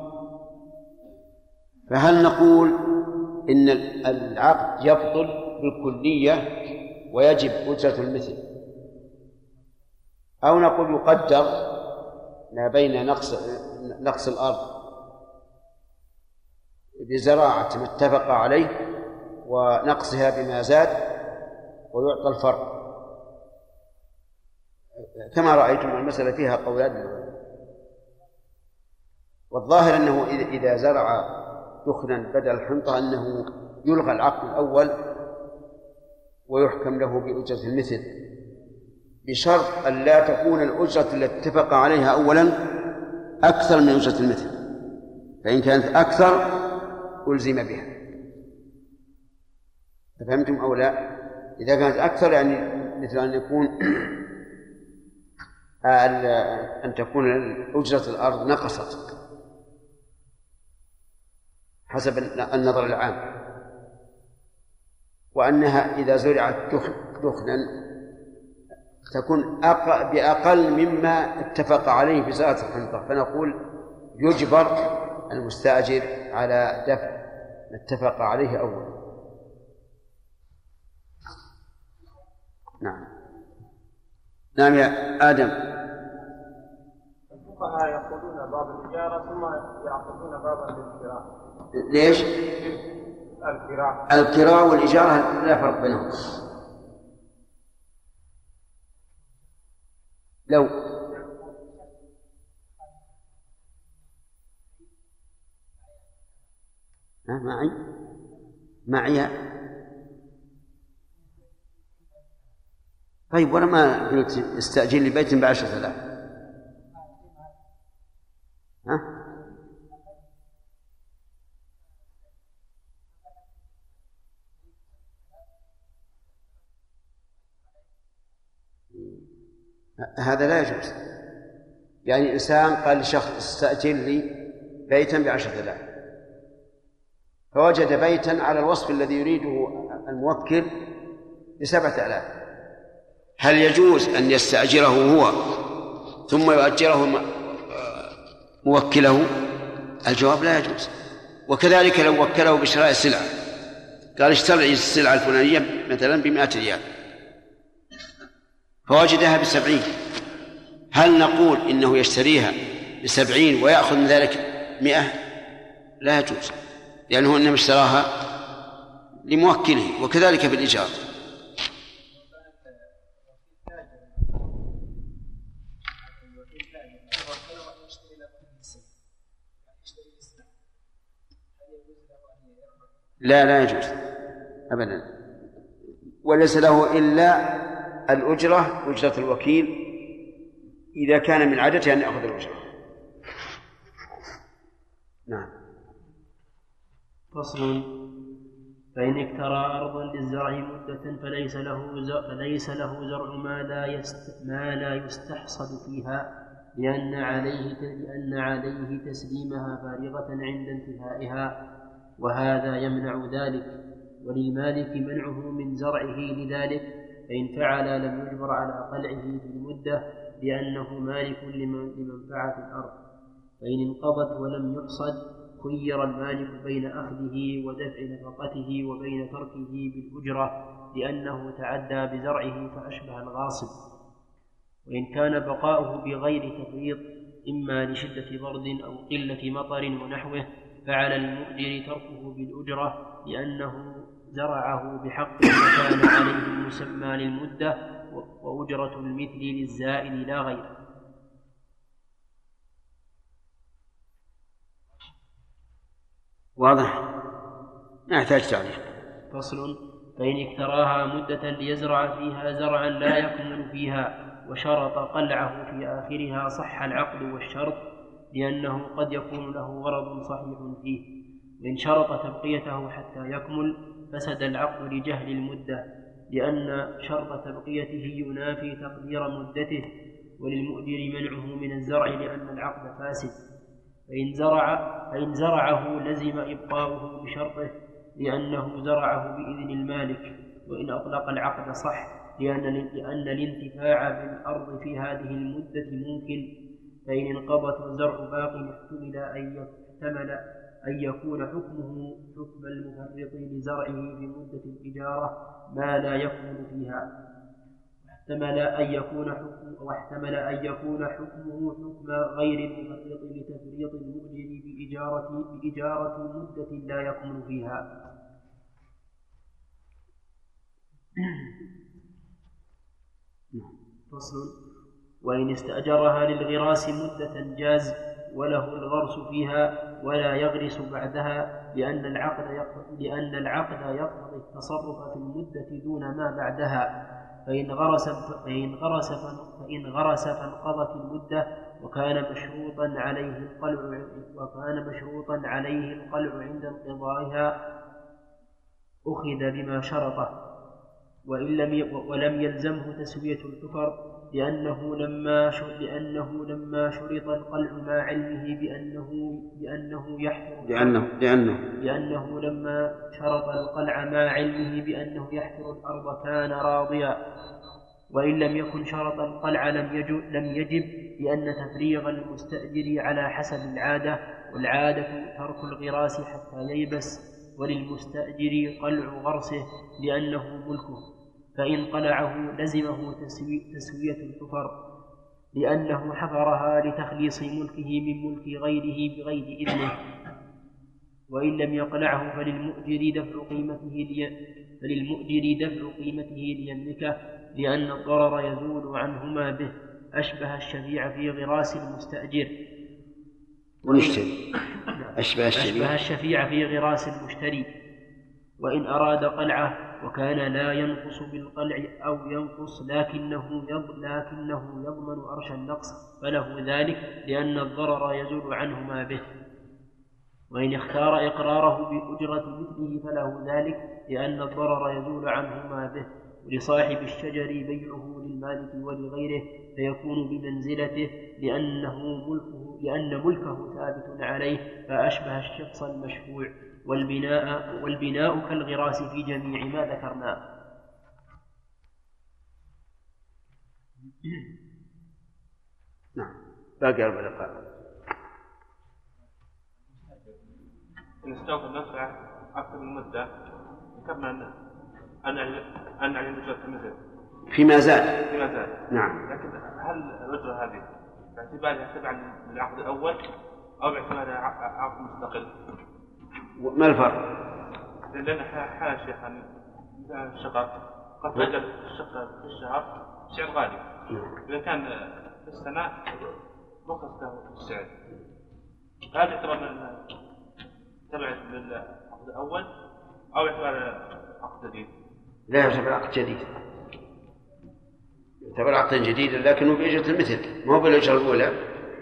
فهل نقول إن العقد يبطل بالكلية ويجب أجرة المثل، أو نقول يقدر ما بين نقص نقص الأرض بزراعة ما اتفق عليه ونقصها بما زاد ويعطى الفرق؟ كما رأيتم المسألة فيها قولان، والظاهر أنه إذا زرع دخنا بدل الحنطة أنه يلغى العقد الأول ويحكم له بأجرة المثل، بشرط أن لا تكون الأجرة التي اتفق عليها أولا أكثر من أجرة المثل، فإن كانت أكثر ألزم بها. فهمتم أو لا؟ إذا كانت أكثر يعني مثل أن يكون أن تكون أجرة الأرض نقصت حسب النظر العام، وأنها إذا زرعت دخنا تكون بأقل مما اتفق عليه في زراعة الحنطة، فنقول يجبر المستأجر على دفع ما اتفق عليه أولا. نعم نعم يا آدم. الفقهاء يأخذون باب الإجارة ثم يأخذون بابا للكراء. ليش؟ الكراء الكراء والإجارة لا فرق بينهم. لو معي معي طيب، ولا ما قلت استأجر لي بيت بعشرة آلاف؟ ها؟ هذا لا يجوز. يعني إنسان قال لشخص استأجر لي بيتا بعشرة آلاف، فوجد بيتا على الوصف الذي يريده الموكل بسبعة آلاف، هل يجوز أن يستأجره هو ثم يؤجره موكله؟ الجواب لا يجوز. وكذلك لو وكله بشراء سلعة، قال اشتري السلعة الفلانية مثلا بمائة ريال فوجدها بسبعين، هل نقول إنه يشتريها بسبعين ويأخذ من ذلك مئة؟ لا يجوز، لأنه إنما اشتراها لموكله. وكذلك بالإيجار. لا لا يجوز أبدا، وليس له إلا الأجرة، أجرة الوكيل، إذا كان من عادته أن يأخذ الأجرة. نعم. فصل: فإن اكترى أرضا للزرع مدة فليس له زرع, فليس له زرع ما لا, يست ما لا يستحصد فيها، لأن عليه, لأن عليه تسليمها فارغة عند انتهائها، وهذا يمنع ذلك. وللمالك منعه من زرعه لذلك، فإن فعل لم يجبر على قلعه في المدة، لأنه مالك لمنفعة الأرض. فإن انقضت ولم يحصد خير المالك بين أخذه ودفع نفقته وبين تركه بالأجرة، لأنه تعدى بزرعه فأشبه الغاصب. وإن كان بقاؤه بغير تفريط، إما لشدة برد أو قلة مطر ونحوه، فعلى المؤجر تركه بالأجرة، لأنه زرعه بحق وكان عليه المسمى للمدة، وأجرة المثل للزائد لا غير. واضح؟ ما يحتاج تعليق. فصل: فإن اكتراها مدة ليزرع فيها زرعا لا يكمل فيها وشرط قلعه في آخرها، صح العقد والشرط، لأنه قد يكون له غرض صحيح فيه. وإن شرط تبقيته حتى يكمل فسد العقد لجهل المدة، لأن شرط تبقيته ينافي تقدير مدته، وللمؤجر منعه من الزرع لأن العقد فاسد. فإن زرع فإن زرعه لزم إبقاؤه بشرطه، لأنه زرعه بإذن المالك. وإن أطلق العقد صح، لأن لأن الانتفاع بالأرض في هذه المدة ممكن. فإن انقضت والزرع باق احتمل أن يحتمل أن يكون حكمه حكم المفرط لزرعه في مدة الإجارة ما لا يكمل فيها، واحتمل أن يكون حكم واحتمل أن يكون حكمه حكم غير المفرط لتفريط المؤجر بإجارة بإجارة مدة لا يكمل فيها. فصل: وإن استأجرها للغراس مدة جاز وله الغرس فيها ولا يغرس بعدها، لأن العقد يقتضي لأن العقد يقتضي التصرف في المدة دون ما بعدها. فإن غرس فإن غرس فإن غرس فانقضت المدة وكان مشروطا عليه القلع وكان مشروطا عليه القلع عند انقضائها، أخذ بما شرطه، وإن لم ولم يلزمه تسوية الكفر، لأنه لما لأنه لما شرط القلع مع علمه بأنه بأنه يحفر لأنه لأنه لأنه لما شرط القلع مع علمه بأنه يحفر الأرض كان راضيا. وإن لم يكن شرط القلع لم يجب لم يجب لأن تفريغ المستأجر على حسب العادة، والعادة ترك الغراس حتى ييبس، وللمستأجر قلع غرسه لأنه ملكه. فإن قلعه لزمه تسوية الكفر، لأنه حفرها لتخليص ملكه من ملك غيره بغير إذنه. وإن لم يقلعه فللمؤجر دفع قيمته لي... فللمؤجر دفع قيمته ليملكه، لأن الضرر يزول عنهما به، أشبه الشفيع في غراس المستأجر ونشتري أشبه الشفيع. أشبه الشفيع في غراس المشتري. وإن أراد قلعة وكان لا ينقص بالقلع أو ينقص لكنه لكنه يضمن أرش النقص فله ذلك لأن الضرر يزول عنه ما به. وإن اختار إقراره بأجرة مثله فله ذلك لأن الضرر يزول عنه ما به. ولصاحب الشجر بيعه للمالك ولغيره فيكون بمنزلته لأنه ملكه لأن ملكه ثابت عليه فأشبه الشخص المشفوع. والبناء والبناء كالغراس في جميع ما ذكرناه. نعم. باقي أربع دقائق. إن استوفى المنفعة أكثر من مدة ذكرنا أن أن أن عليه الأجرة مثل فيما زاد. فيما زاد. نعم. لكن هل الأجرة هذه باعتبارها تبعا من العقد الأول أو باعتبارها عقد مستقل؟ ما الفرق؟ لأن حال شيخ مثلا الشقق قد تأجر الشقة في الشهر سعر غالي. إذا كان في السنة رخص له السعر. هل يعتبر من تبع للعقد الأول أو يعتبر عقد جديد؟ لا يعتبر عقد جديد. يعتبر عقدا جديدا لكنه بأجرة المثل ما هو بالأجرة الأولى.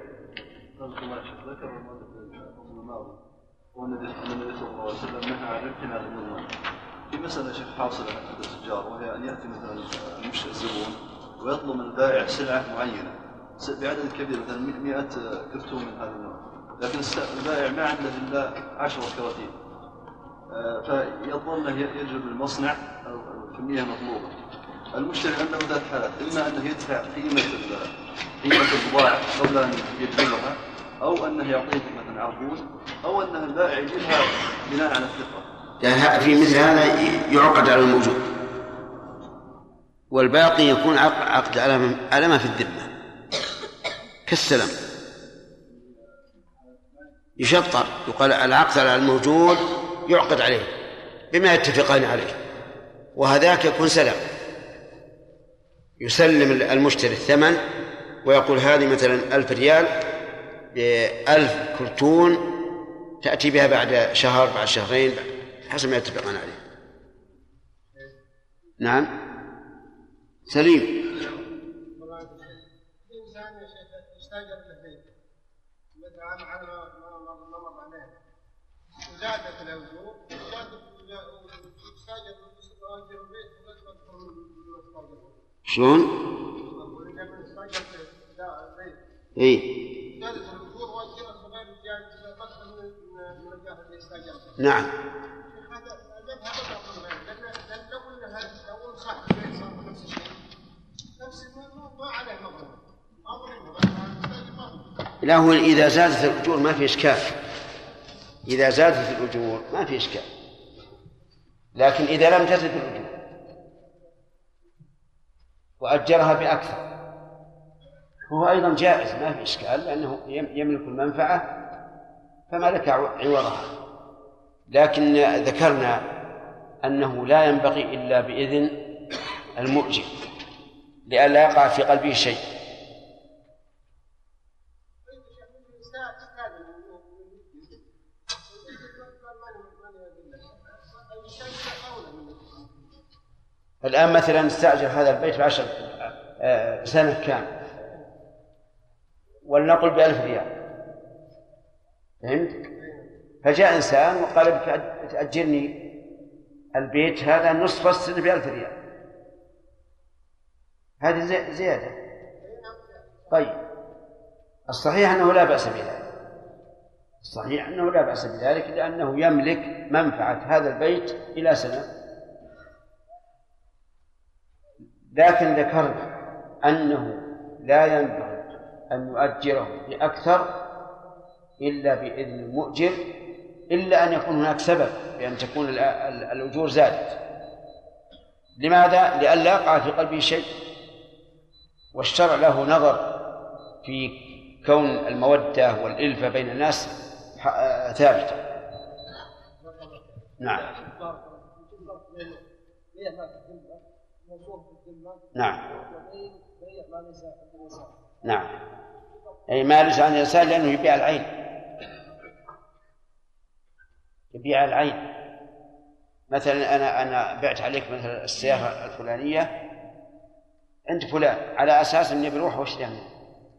والنبي صلى الله عليه وسلم نهى عن الامتناع بالنظام. في مسألة شيخ حاصلة عند التجار وهي أن يأتي مثلا الزبون ويطلب من البائع سلعة معينة بعدد كبير مثلا مئة كرتون من هذا النوع، لكن البائع ما عنده إلا عشرة كراتين، فيظل يجلب المصنع الكمية مطلوبة. المشتري عنده ثلاث حالات: إما أنه يدفع قيمة قيمة البضاعة قبل أن يجلبها، أو أنه يعطيه مثلا عربون، أو أنه البائع يجيبها بناء على الثقة. يعني في مثل هذا يعقد على الموجود، والباقي يكون عقد على ما في الذمة كالسلام. يشطر يقال العقد على الموجود يعقد عليه بما يتفقان عليه، وهذاك يكون سلام. يسلم المشتري الثمن ويقول هذه مثلا ألف ريال بألف كرتون تأتي بها بعد شهر بعد شهرين حسب ما يتفقون عليه. نعم سليم. الإنسان يستأجر البيت مثل عام عام ما مر عليه وزادت الأجور وزادت يستأجر البيت ولا تدخل من المستأجر. شلون؟ ولما يستأجر البيت إيه زادت الأجور وأجرت بغير زيادة بس من الجهة اللي استأجر. نعم. هذا هذا لأن لو قلنا هذا لو صاحب البيت صار نفس الشيء نفس ما عليه مظلوم. لا هو إذا زادت الأجور ما في إشكال، إذا زادت الأجور ما في إشكال، لكن إذا لم تزد الأجور وأجرها بأكثر هو أيضا جائز ما في إشكال، لأنه يملك المنفعة فما لك عوضها. لكن ذكرنا أنه لا ينبغي إلا بإذن المؤجر لئلا يقع في قلبه شيء. الآن مثلا استأجر هذا البيت بعشر سنة كامل ولنقل بألف ريال، فهمت؟ فجاء إنسان وقال بك تأجرني البيت هذا نصف السنة بألف ريال، هذه زيادة. طيب الصحيح أنه لا بأس بذلك، الصحيح أنه لا بأس بذلك لأنه يملك منفعة هذا البيت إلى سنة. لكن ذكرنا أنه لا ينبغي أن يؤجره بأكثر إلا بإذن المؤجر، إلا أن يكون هناك سبب بأن تكون الأجور زادت. لماذا؟ لئلا يقع في قلبه شيء، والشرع له نظر في كون المودة والإلفة بين الناس ثابتة. نعم نعم نعم أي ما ليس عن الإنسان لأنه يبيع العين. يبيع العين. مثلا أنا أنا بعت عليك مثلا السيارة الفلانية عند فلان على أساس إني بروح واشتريها منه.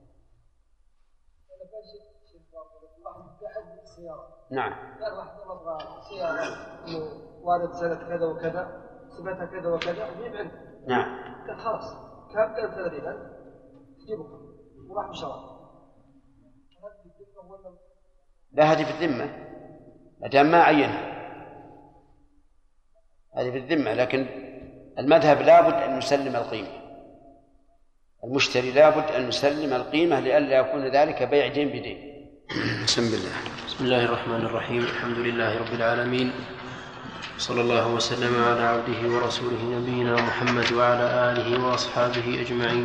نعم. قال واحد أبغى سيارة وارد سنة كذا وكذا سمتها كذا وكذا وجيب عنده. نعم. قال خلاص كم قال ثلاثين ألف تجيبه وراح بشراء. لا هذه في الذمة ما دام ما عينها هذه في الذمة، لكن المذهب لابد أن نسلم القيمة، المشتري لابد أن نسلم القيمة لئلا يكون ذلك بيع دين بدين. بسم الله. بسم الله الرحمن الرحيم. الحمد لله رب العالمين، صلى الله وسلم على عبده ورسوله نبينا محمد وعلى آله وأصحابه أجمعين.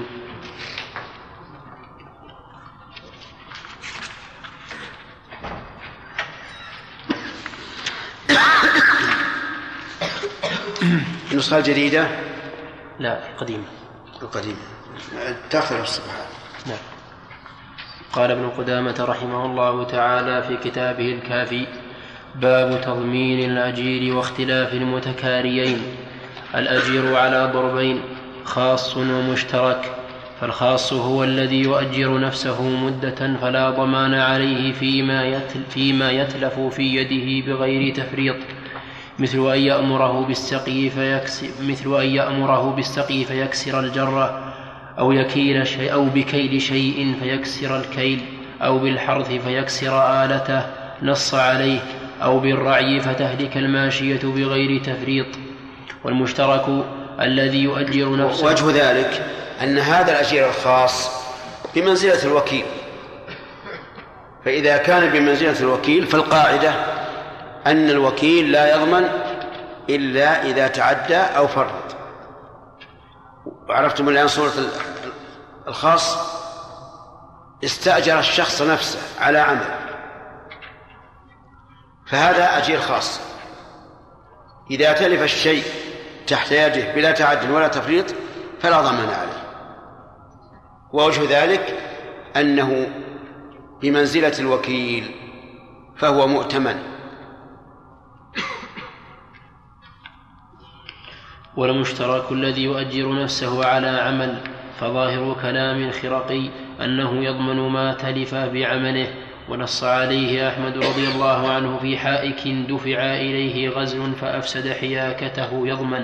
النسخة الجديدة؟ لا قديمة. القديمة تأخذ الصفحات. نعم. قال ابن قدامة رحمه الله تعالى في كتابه الكافي: باب تضمين الأجير واختلاف المتكاريين. الأجير على ضربين: خاص ومشترك. فالخاص هو الذي يؤجر نفسه مدة فلا ضمان عليه فيما يتلف في يده بغير تفريط، مثل أن يأمره بالسقي فيكسر مثل أن يأمره بالسقي فيكسر الجرة، أو يكيل شيء أو بكيل شيء فيكسر الكيل، أو بالحرث فيكسر آلته نص عليه، أو بالرعي فتهلك الماشية بغير تفريط. والمشترك الذي يؤجر نفسه. وجه ذلك أن هذا الأجير الخاص بمنزلة الوكيل، فإذا كان بمنزلة الوكيل فالقاعدة أن الوكيل لا يضمن إلا إذا تعدى أو فرط. وعرفتم الآن صورة الخاص: استأجر الشخص نفسه على عمل، فهذا أجير خاص. إذا تلف الشيء تحت يده بلا تعد ولا تفريط فلا ضمان عليه. ووجه ذلك أنه بمنزلة الوكيل فهو مؤتمن. والمشترك الذي يؤجر نفسه على عمل، فظاهر كلام الخرقي أنه يضمن ما تلف بعمله، ونص عليه أحمد رضي الله عنه في حائك دفع إليه غزل فأفسد حياكته يضمن.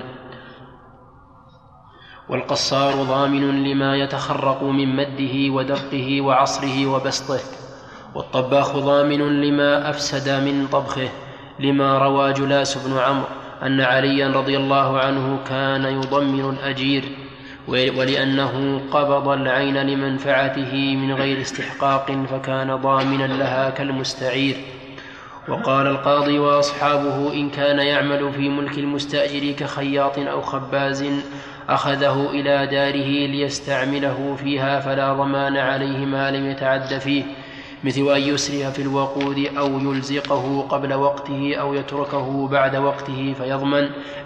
والقصار ضامن لما يتخرق من مده ودقه وعصره وبسطه. والطباخ ضامن لما أفسد من طبخه، لما روى جلاس بن عمرو أن عليا رضي الله عنه كان يضمن الأجير، ولأنه قبض العين لمنفعته من غير استحقاق فكان ضامنا لها كالمستعير. وقال القاضي وأصحابه: إن كان يعمل في ملك المستأجر كخياط أو خباز أخذه إلى داره ليستعمله فيها فلا ضمان عليه ما لم يتعد فيه، مثل أن يسرف في الوقود أو يلزقه قبل وقته أو يتركه بعد وقته فيضمن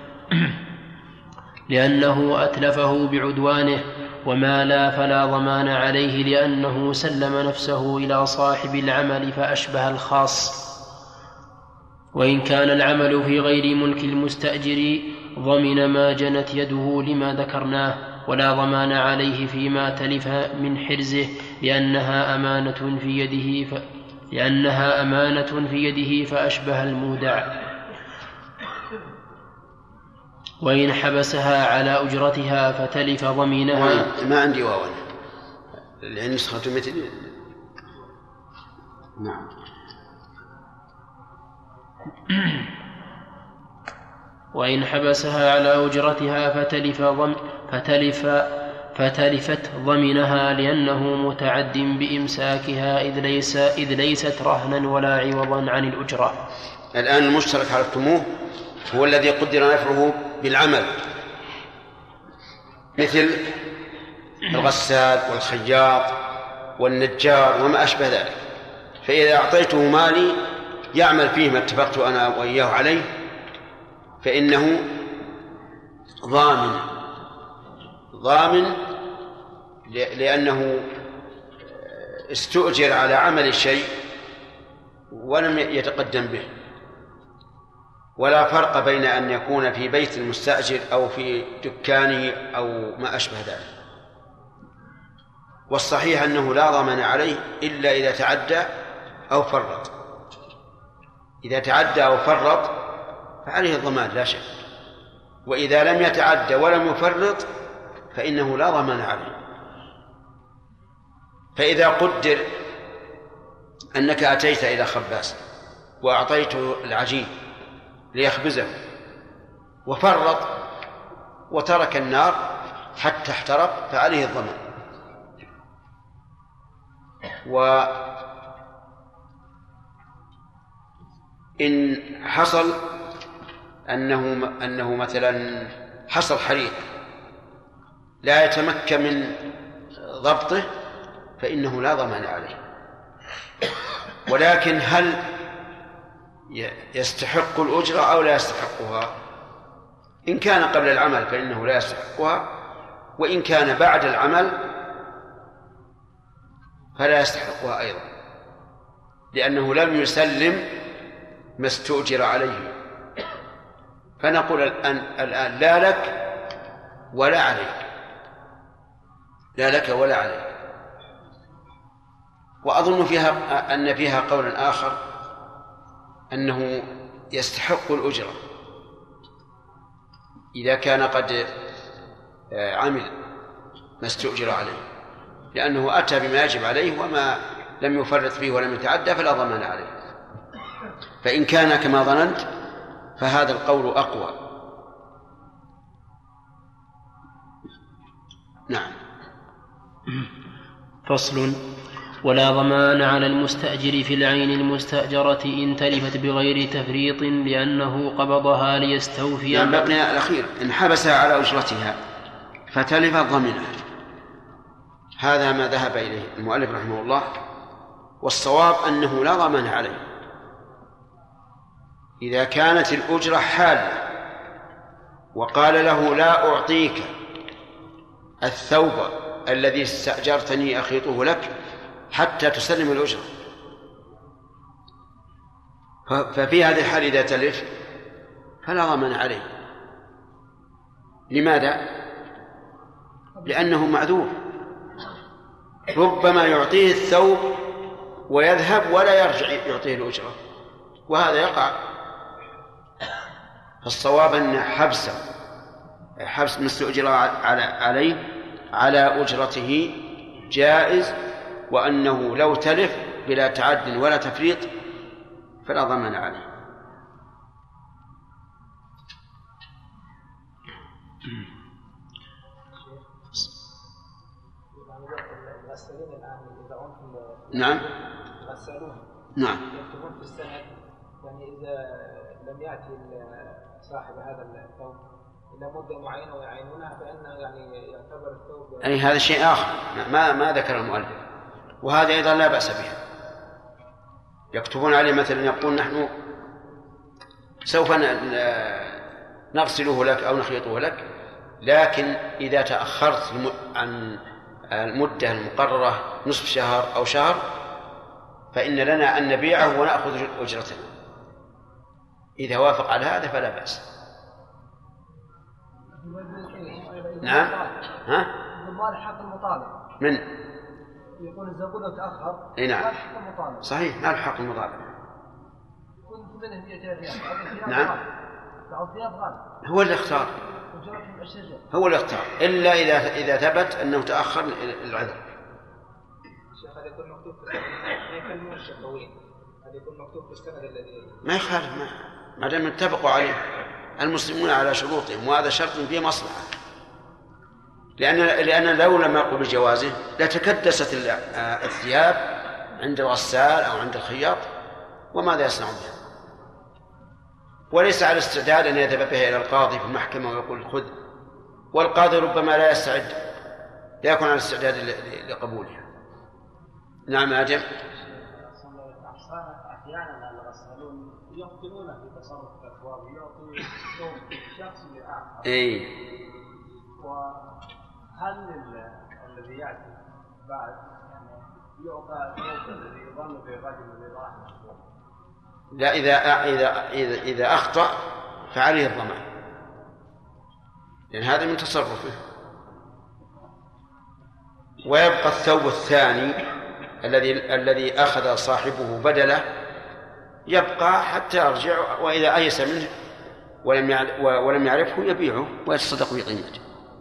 لأنه أتلفه بعدوانه، وما لا فلا ضمان عليه لأنه سلم نفسه إلى صاحب العمل فأشبه الخاص. وإن كان العمل في غير ملك المستأجر ضمن ما جنت يده لما ذكرناه، ولا ضمان عليه فيما تلف من حرزه لأنها أمانة في يده ف... لأنها أمانة في يده فأشبه المودع. وإن حبسها على أجرتها فتلف ضمينها. ما عندي واو لأن نسخة مثل. نعم. وإن حبسها على أجرتها فتلف ضم فتلف فتلفت ضمنها لأنه متعد بإمساكها إذ ليس إذ ليست رهنا ولا عوضا عن الأجرة. الآن المشترك عرفتموه هو الذي قدر نفعه بالعمل، مثل الغسال والخياط والنجار وما أشبه ذلك. فإذا أعطيته مالي يعمل فيه ما اتفقت أنا وإياه عليه فإنه ضامن ضامن لأنه استؤجر على عمل الشيء ولم يتقدم به. ولا فرق بين أن يكون في بيت المستأجر أو في دكانه أو ما أشبه ذلك. والصحيح أنه لا ضمان عليه إلا إذا تعدى أو فرط. إذا تعدى أو فرط فعليه الضمان لا شك، وإذا لم يتعدى ولم يفرط فإنه لا ضمان عليه. فإذا قدر أنك أتيت إلى خباز وأعطيته العجين ليخبزه وفرط وترك النار حتى احترق فعليه الضمان. وإن حصل أنه أنه مثلا حصل حريق لا يتمكن من ضبطه فإنه لا ضمان عليه. ولكن هل يستحق الأجرة أو لا يستحقها؟ إن كان قبل العمل فإنه لا يستحقها، وإن كان بعد العمل فلا يستحقها أيضا، لأنه لم يسلم ما استؤجر عليه. فنقول الآن, الآن لا لك ولا عليك، لا لك ولا عليك. وأظن فيها أن فيها قولا آخر أنه يستحق الأجرة إذا كان قد عمل ما استؤجر عليه، لأنه أتى بما يجب عليه وما لم يفرط فيه ولم يتعدى فلا ضمان عليه. فإن كان كما ظننت فهذا القول أقوى. نعم. فصل: ولا ضمان على المستأجر في العين المستأجرة إن تلفت بغير تفريط لأنه قبضها ليستوفي. يعني بقي الأخير إن حبسها على أجرتها فتلف ضمنها. هذا ما ذهب إليه المؤلف رحمه الله، والصواب أنه لا ضمان عليه إذا كانت الأجرة حالة وقال له لا أعطيك الثوب الذي استأجرتني أخيطه لك حتى تسلم الأجرة. ففي هذه الحال إذا تلف فلا ضمان عليه. لماذا؟ لأنه معذور، ربما يعطيه الثوب ويذهب ولا يرجع يعطيه الأجرة، وهذا يقع. فالصواب أن حبسه حبس ما استؤجر عليه على أجرته جائز، وأنه لو تلف بلا تعد ولا تفريط فلا ضمان عليه. نعم نعم يكتبون في السند، يعني إذا لم يأتي صاحب هذا الثوب إلى مدة معينة ويعينونها فإنه يعني يعتبر الثوب أي هذا شيء آخر ما ما ذكر المؤلف، وهذا أيضا لا بأس به. يكتبون عليه مثلا يقول نحن سوف نغسله لك أو نخيطه لك، لكن إذا تأخرت عن المدة المقررة نصف شهر أو شهر فإن لنا أن نبيعه ونأخذ أجرتنا. إذا وافق على هذا فلا بأس. نعم. ها؟ ضمان حق المطالب. من؟ يقول الزبون لو تأخر. إيه نعم. حق المطالب. صحيح، ما حق المطالب. يكون منه مئة ريال. نعم. بعض ثياب غالي. هو اللي اختار. هو اللي اختار، إلا إذا إذا ثبت أنه تأخر العذر. شيخ هذا يكون مكتوب في السند، ما يكلمون الشفويين. هذا يكون مكتوب في السند الذي. ما يخالف، ما ما دام اتفقوا عليه المسلمون على شروطهم، وهذا شرط فيه مصلحة. لأن لأن لو لم يقل بجوازه لتكدست الثياب عند الغسال أو عند الخياط، وماذا يصنع بها؟ وليس على استعداد أن يذهب بها إلى القاضي في المحكمة ويقول خذ، والقاضي ربما لا يستعد، لا يكون على استعداد لقبولها. نعم أجل. أحيانا الغسالون يقتلون في تصرف الأثواب، يعطي شخص لآخر. إيه. وهل الذي يأتي بعد يعني يعطى الثوب الذي يظن في الرجل الذي راح لا، إذا إذا إذا, إذا أخطأ فعليه الضمان، لأن هذا من تصرفه. ويبقى الثوب الثاني الذي الذي أخذ صاحبه بدله يبقى حتى يرجع، وإذا أيس منه ولم ولم يعرفه يبيعه ويتصدق بقيمته.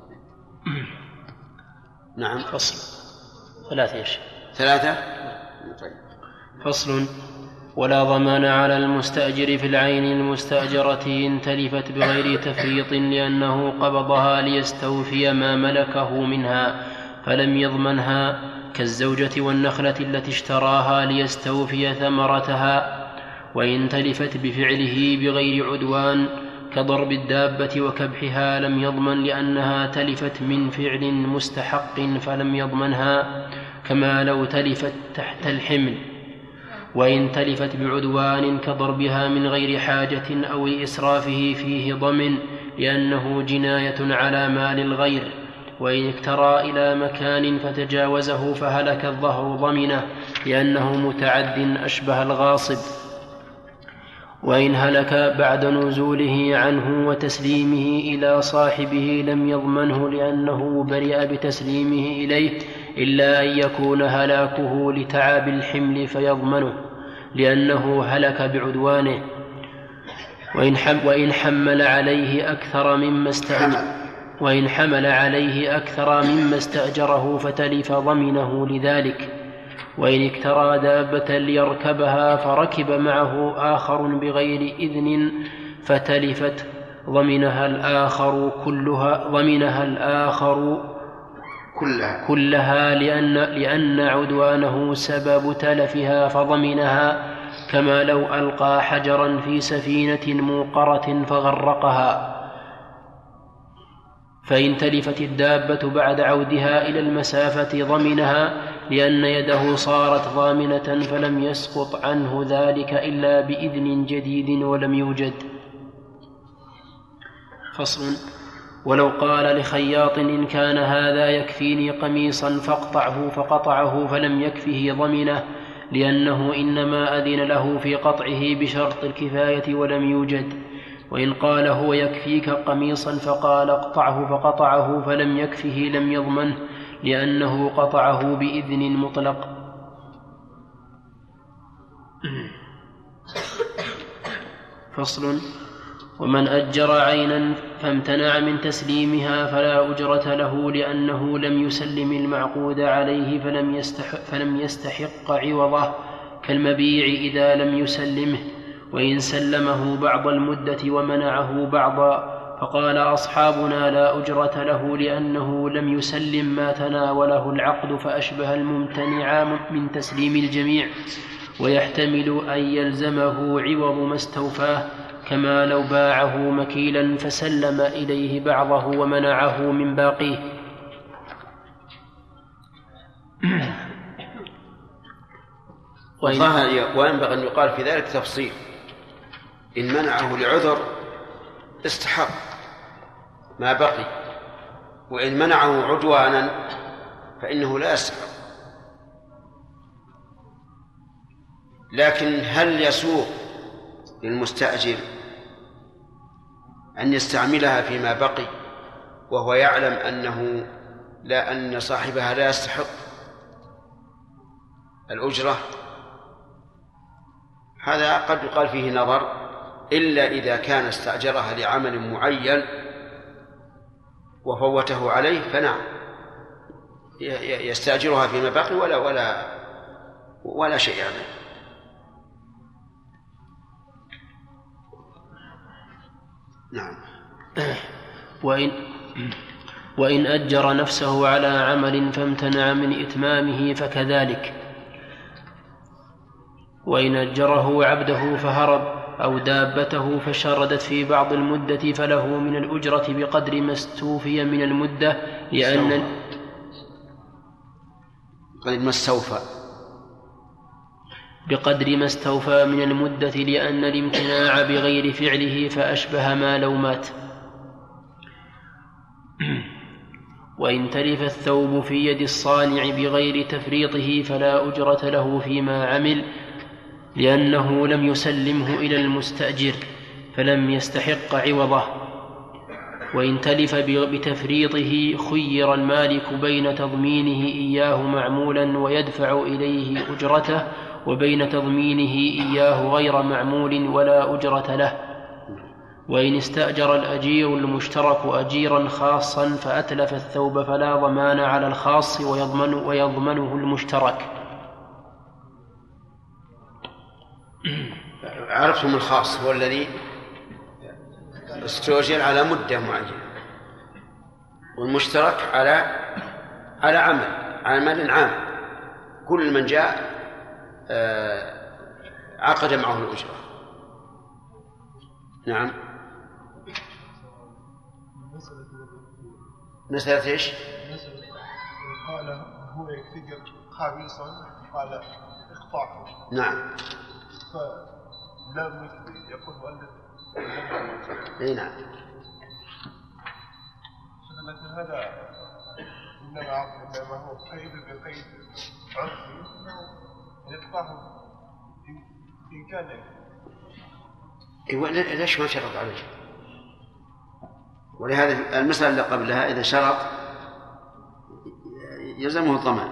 نعم. فصل ثلاثة يا شيخ. ثلاثة. طيب. فصل: ولا ضمان على المستأجر في العين المستأجرة إن تلفت بغير تفريط، لأنه قبضها ليستوفي ما ملكه منها فلم يضمنها، كالزوجة والنخلة التي اشتراها ليستوفي ثمرتها. وإن تلفت بفعله بغير عدوان كضرب الدابة وكبحها لم يضمن، لأنها تلفت من فعل مستحق فلم يضمنها، كما لو تلفت تحت الحمل. وإن تلفت بعدوان كضربها من غير حاجة أو إسرافه فيه ضمن، لأنه جناية على مال الغير. وإن اكترى إلى مكان فتجاوزه فهلك الظهر ضمنه، لأنه متعد أشبه الغاصب. وإن هلك بعد نزوله عنه وتسليمه إلى صاحبه لم يضمنه، لأنه برئ بتسليمه إليه، إلا أن يكون هلاكه لتعب الحمل فيضمنه، لأنه هلك بعدوانه. وإن, حم وإن حمل عليه أكثر مما استأجر وإن حمل عليه أكثر مما استأجره فتلف ضمنه لذلك. وإن اكترى دابة ليركبها فركب معه آخر بغير إذن فتلفت ضمنها الآخر كلها ضمنها الآخر كلها, كلها لأن, لأن عدوانه سبب تلفها فضمنها، كما لو ألقى حجرا في سفينة موقرة فغرقها. فإن تلفت الدابة بعد عودها إلى المسافة ضمنها، لأن يده صارت ضامنة فلم يسقط عنه ذلك إلا بإذن جديد ولم يوجد. فصل: ولو قال لخياط إن كان هذا يكفيني قميصا فاقطعه فقطعه فلم يكفه ضمنه، لأنه إنما أذن له في قطعه بشرط الكفاية ولم يوجد. وإن قال هو يكفيك قميصا فقال اقطعه فقطعه فلم يكفه لم يضمنه، لأنه قطعه بإذن مطلق. فصل: ومن أجر عينا فامتنع من تسليمها فلا أجرة له، لأنه لم يسلم المعقود عليه فلم يستحق, فلم يستحق عوضه، كالمبيع إذا لم يسلمه. وإن سلمه بعض المدة ومنعه بعضا فقال أصحابنا لا أجرة له، لأنه لم يسلم ما تناوله العقد، فأشبه الممتنع من تسليم الجميع، ويحتمل أن يلزمه عوض ما استوفاه، كما لو باعه مكيلا فسلم إليه بعضه ومنعه من باقيه. وينبغي أن يقال في ذلك تفصيل: إن منعه لعذر استحق ما بقي، وإن منعه عدوانا فإنه لا يستحق. لكن هل يسوق للمستأجر أن يستعملها فيما بقي وهو يعلم أنه لا أن صاحبها لا يستحق الأجرة؟ هذا قد يقال فيه نظر، إلا إذا كان استأجرها لعمل معين وفوته عليه فنعم يستأجرها فيما بقي ولا ولا ولا شيء عليه. نعم. وإن وإن أجر نفسه على عمل فامتنع من إتمامه فكذلك. وإن أجره عبده فهرب أو دابته فشردت في بعض المدة فله من الأجرة بقدر ما استوفي من المدة، لأن بقدر ما استوفى بقدر ما استوفى من المدة، لأن الامتناع بغير فعله فأشبه ما لو مات. وإن تلف الثوب في يد الصانع بغير تفريطه فلا أجرة له فيما عمل، لأنه لم يسلمه إلى المستأجر فلم يستحق عوضه. وإن تلف بتفريطه خير المالك بين تضمينه إياه معمولا ويدفع إليه أجرته وبين تضمينه إياه غير معمول ولا أجرة له. وإن استأجر الأجير المشترك أجيرا خاصا فأتلف الثوب فلا ضمان على الخاص ويضمن ويضمنه المشترك. عرفتم الخاص هو الذي استؤجر على مدة معينة، والمشترك على على عمل عمل عام، كل من جاء عقد معه الأجرة. نعم. مسألة ايش؟ قال هو يكتجر خبيصا قال اقطعه. نعم. فلم يكون مؤلف. اي نعم. لكن هذا انما انما هو قيد بقيد عرفي يقطعه ان كان. ايوه ليش ما شرط عليه؟ ولهذا المسألة اللي قبلها إذا شرط يلزمه الضمان،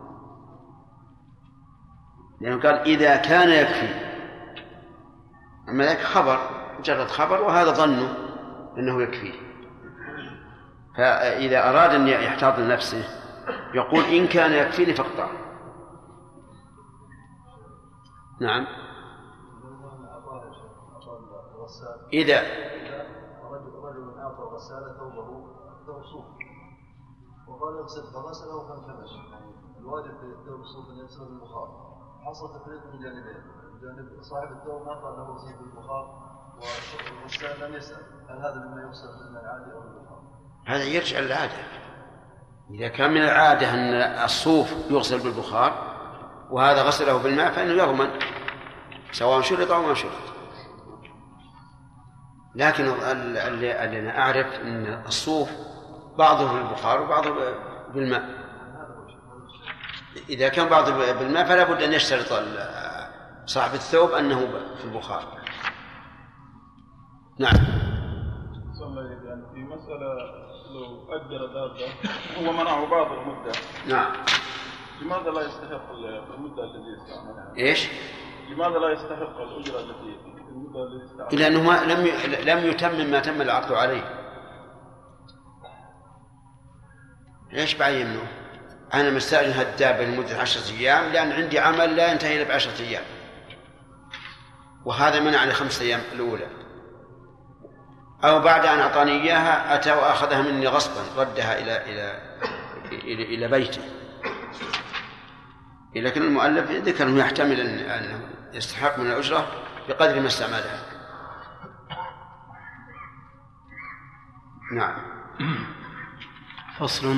لأنه قال إذا كان يكفي. أما ذلك خبر مجرد خبر وهذا ظنه أنه يكفي، فإذا أراد أن يحتاط لنفسه يقول إن كان يكفيني فاقطع. نعم. إذا رجل أعطى غسالة ثوبه ثوب صوف وقال يغسل فغسله فانكمش، الواجب في الثوب الصوف أن يغسل بالبخار. حصل تفريط من جانبين، جانب صاحب الثوب ما قال له يغسل بالبخار، والغسال لم يسأل هل هذا مما يغسل بالماء العادي أو بالبخار. هذا يرجع للعادة. إذا كان من العادة أن الصوف يغسل بالبخار وهذا غسله بالماء فإنه يضمن سواء شرط أو ما شرط. لكن اللي أنا أعرف أن الصوف بعضه بالبخار وبعضه بالماء. إذا كان بعضه بالماء فلا بد أن يشترط صاحب الثوب أنه في البخار. نعم. يعني في مسألة لو أجر دابة هو منعه بعض المدة. نعم. لماذا لا يستحق المدة التي استعملها؟ إيش؟ لماذا لا يستحق الأجرة التي المدة التي استعملها؟ لأنه ما لم لم يتمم ما تم العقد عليه. ليش بعينه؟ أنا مستأجر هالدابة لمدة عشرة أيام لأن عندي عمل لا ينتهي إلا بعشرة أيام، وهذا منع لخمسة أيام الأولى، أو بعد أن أعطاني إياها أتى وأخذها مني غصبا ردها إلى إلى إلى, إلى بيته. لكن المؤلف ذكر أنه يحتمل أنه يستحق من الأجرة بقدر ما استعملها. نعم. فصل.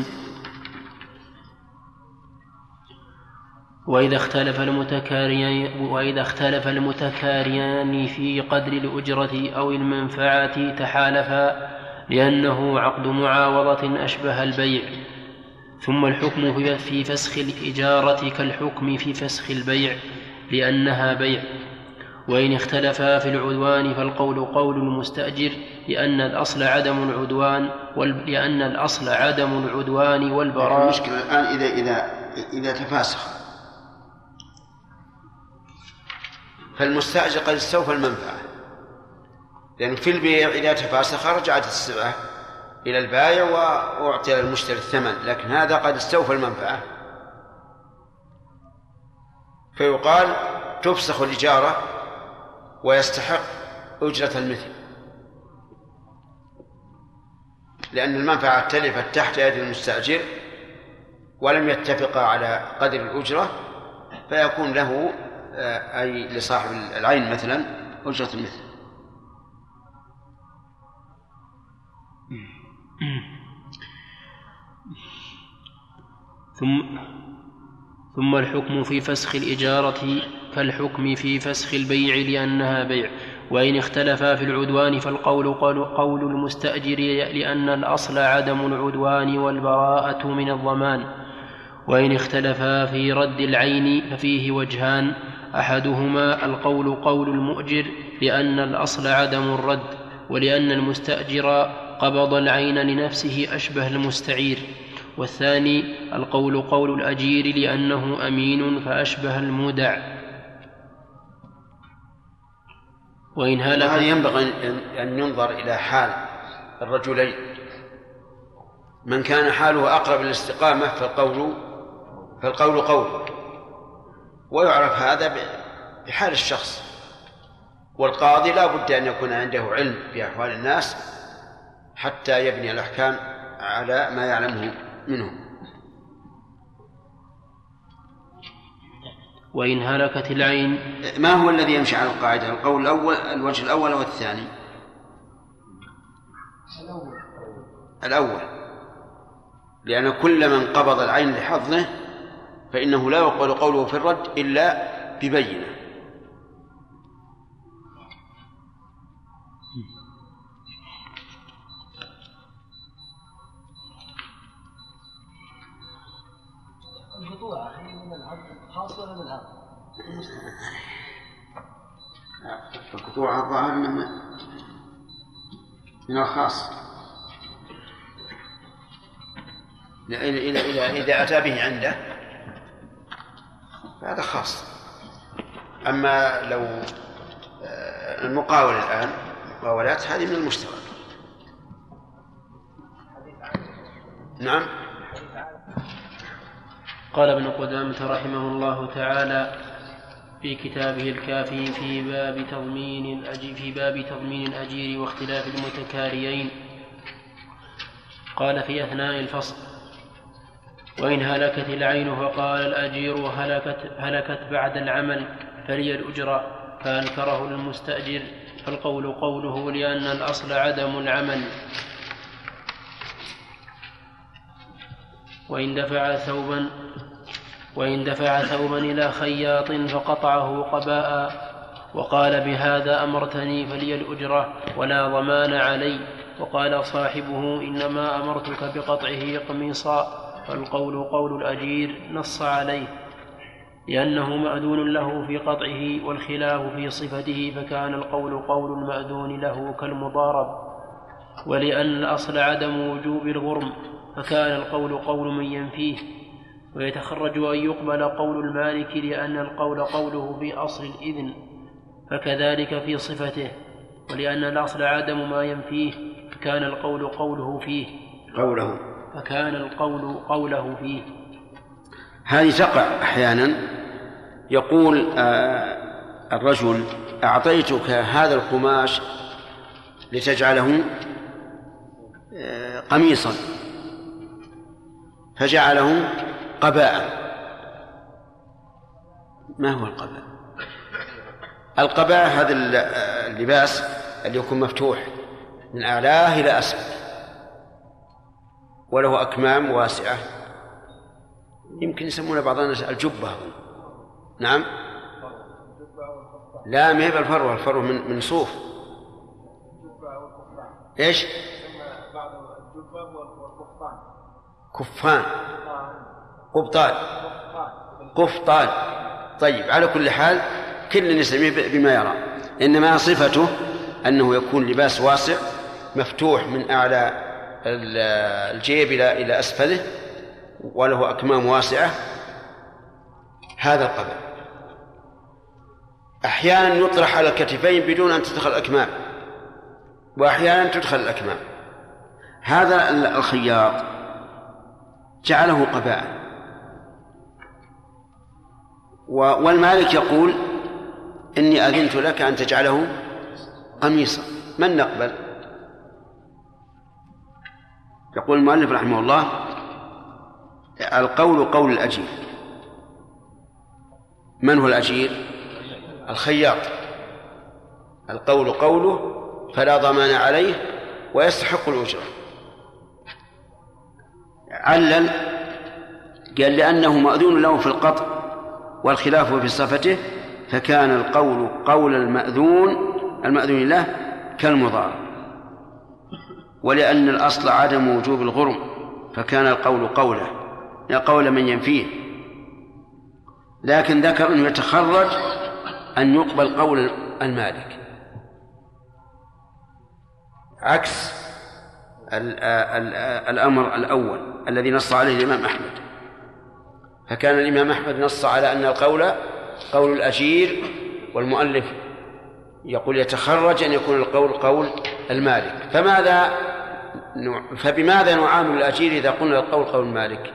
وإذا اختلف المتكاريان وإذا اختلف المتكاريان في قدر الأجرة أو المنفعة تحالفا لأنه عقد معاوضة أشبه البيع، ثم الحكم في فسخ الإجارة كالحكم في فسخ البيع لأنها بيع. وإن اختلفا في العدوان فالقول قول المستأجر لأن الأصل عدم العدوان وال... لأن الأصل عدم العدوان والبراء. المشكلة الآن إذا إذا إذا تفاسخ فالمستأجر قد استوفى المنفعة، لأن في البيع إذا تفاسخ رجعت السلعة إلى البائع وأعطي المشتري الثمن، لكن هذا قد استوفى المنفعة، فيقال تفسخ الإجارة ويستحق أجرة المثل، لأن المنفعة تلفت تحت يد المستأجر ولم يتفقا على قدر الأجرة، فيكون له أي لصاحب العين مثلا أجرة المثل. ثم ثم الحكم في فسخ الإجارة كالحكم في فسخ البيع لأنها بيع. وإن اختلفا في العدوان فالقول قول المستأجر لأن الأصل عدم العدوان والبراءة من الضمان. وإن اختلفا في رد العين ففيه وجهان: أحدهما القول قول المؤجر لأن الأصل عدم الرد، ولأن المستأجر قبض العين لنفسه أشبه المستعير. والثاني القول قول الأجير لأنه أمين فأشبه المودع. وإن هذا ينبغي أن ينظر إلى حال الرجلين، من كان حاله أقرب للاستقامة فالقول فالقول قول، ويعرف هذا بحال الشخص. والقاضي لا بد أن يكون عنده علم بأحوال الناس حتى يبني الأحكام على ما يعلمه منهم. وإن هلكت العين. ما هو الذي يمشي على القاعدة؟ القول الأول، الوجه الأول أو الثاني؟ الأول. الأول، لأن كل من قبض العين لحظه فإنه لا يقبل قوله في الرد إلا ببينة. القطوع من العقد الخاص ولا من العقد؟ القطوع الظاهر من من الخاص، إذا إذا إذا أتى به عنده فهذا خاص. أما لو المقاولة الآن مقاولات هذه من المشترك. نعم. قال ابن قدامة رحمه الله تعالى في كتابه الكافي في باب تضمين الأجير في باب تضمين الأجير واختلاف المتكاريين، قال في أثناء الفصل: وإن هلكت العين فقال الأجير هلكت, هلكت بعد العمل فلي الأجرة، فأنكره المستأجر، فالقول قوله لأن الأصل عدم العمل. وإن دفع ثوبا وإن دفع ثوبا إلى خياط فقطعه قباء وقال بهذا أمرتني فلي الأجرة ولا ضمان علي، وقال صاحبه إنما أمرتك بقطعه قميصا، فالقول قول الأجير نص عليه لأنه مأذون له في قطعه، والخلاف في صفته، فكان القول قول المأذون له كالمضارب. ولأن الأصل عدم وجوب الغرم فكان القول قول من ينفيه. ويتخرج أن يقبل قول المالك لأن القول قوله في أصل الإذن، فكذلك في صفته. ولأن الأصل عدم ما ينفيه فكان القول قوله فيه قوله فكان القول قوله فيه. هذه تقع أحيانا، يقول آه الرجل أعطيتك هذا القماش لتجعله آه قميصا، فجعله قباء. ما هو القباء؟ القباء هذا اللباس اللي يكون مفتوح من أعلاه إلى أسفل وله أكمام واسعة، يمكن يسمونه بعض الناس الجبة. نعم. لا، ما هي بالفروة، الفروة من من صوف. ايش؟ كفان، قبطان، قفطان. طيب، على كل حال كل نسميه بما يرى، إنما صفته أنه يكون لباس واسع مفتوح من أعلى الجيب إلى إلى أسفله وله أكمام واسعة. هذا القباء. أحيانا يطرح على الكتفين بدون أن تدخل الأكمام، وأحيانا تدخل الأكمام. هذا الخياط جعله قباء، والمالك يقول إني أذنت لك أن تجعله قميصا، من نقبل؟ يقول المؤلف رحمه الله: القول قول الأجير. من هو الأجير؟ الخياط. القول قوله فلا ضمان عليه ويستحق الأجرة. علل قال لأنه مأذون له في القطع والخلاف في صفته، فكان القول قول المأذون المأذون له كالمضارب. ولأن الأصل عدم وجوب الغرم فكان القول قوله، لا قول من ينفيه. لكن ذكر أنه يتخرج أن يقبل قول المالك، عكس الأمر الأول الذي نص عليه الإمام أحمد. فكان الإمام أحمد نص على أن القول قول الأجير، والمؤلف يقول يتخرج أن يكون القول قول المالك. فماذا فبماذا نعامل الأجير إذا قلنا القول قول المالك؟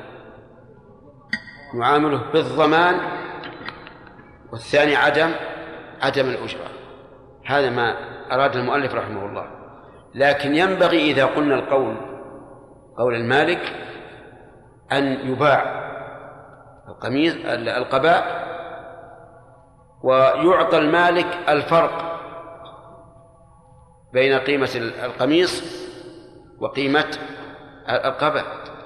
نعامله بالضمان، والثاني عدم عدم الأجرة. هذا ما أراد المؤلف رحمه الله. لكن ينبغي إذا قلنا القول قول المالك أن يباع القميص القباء ويعطى المالك الفرق بين قيمة القميص وقيمة القباء،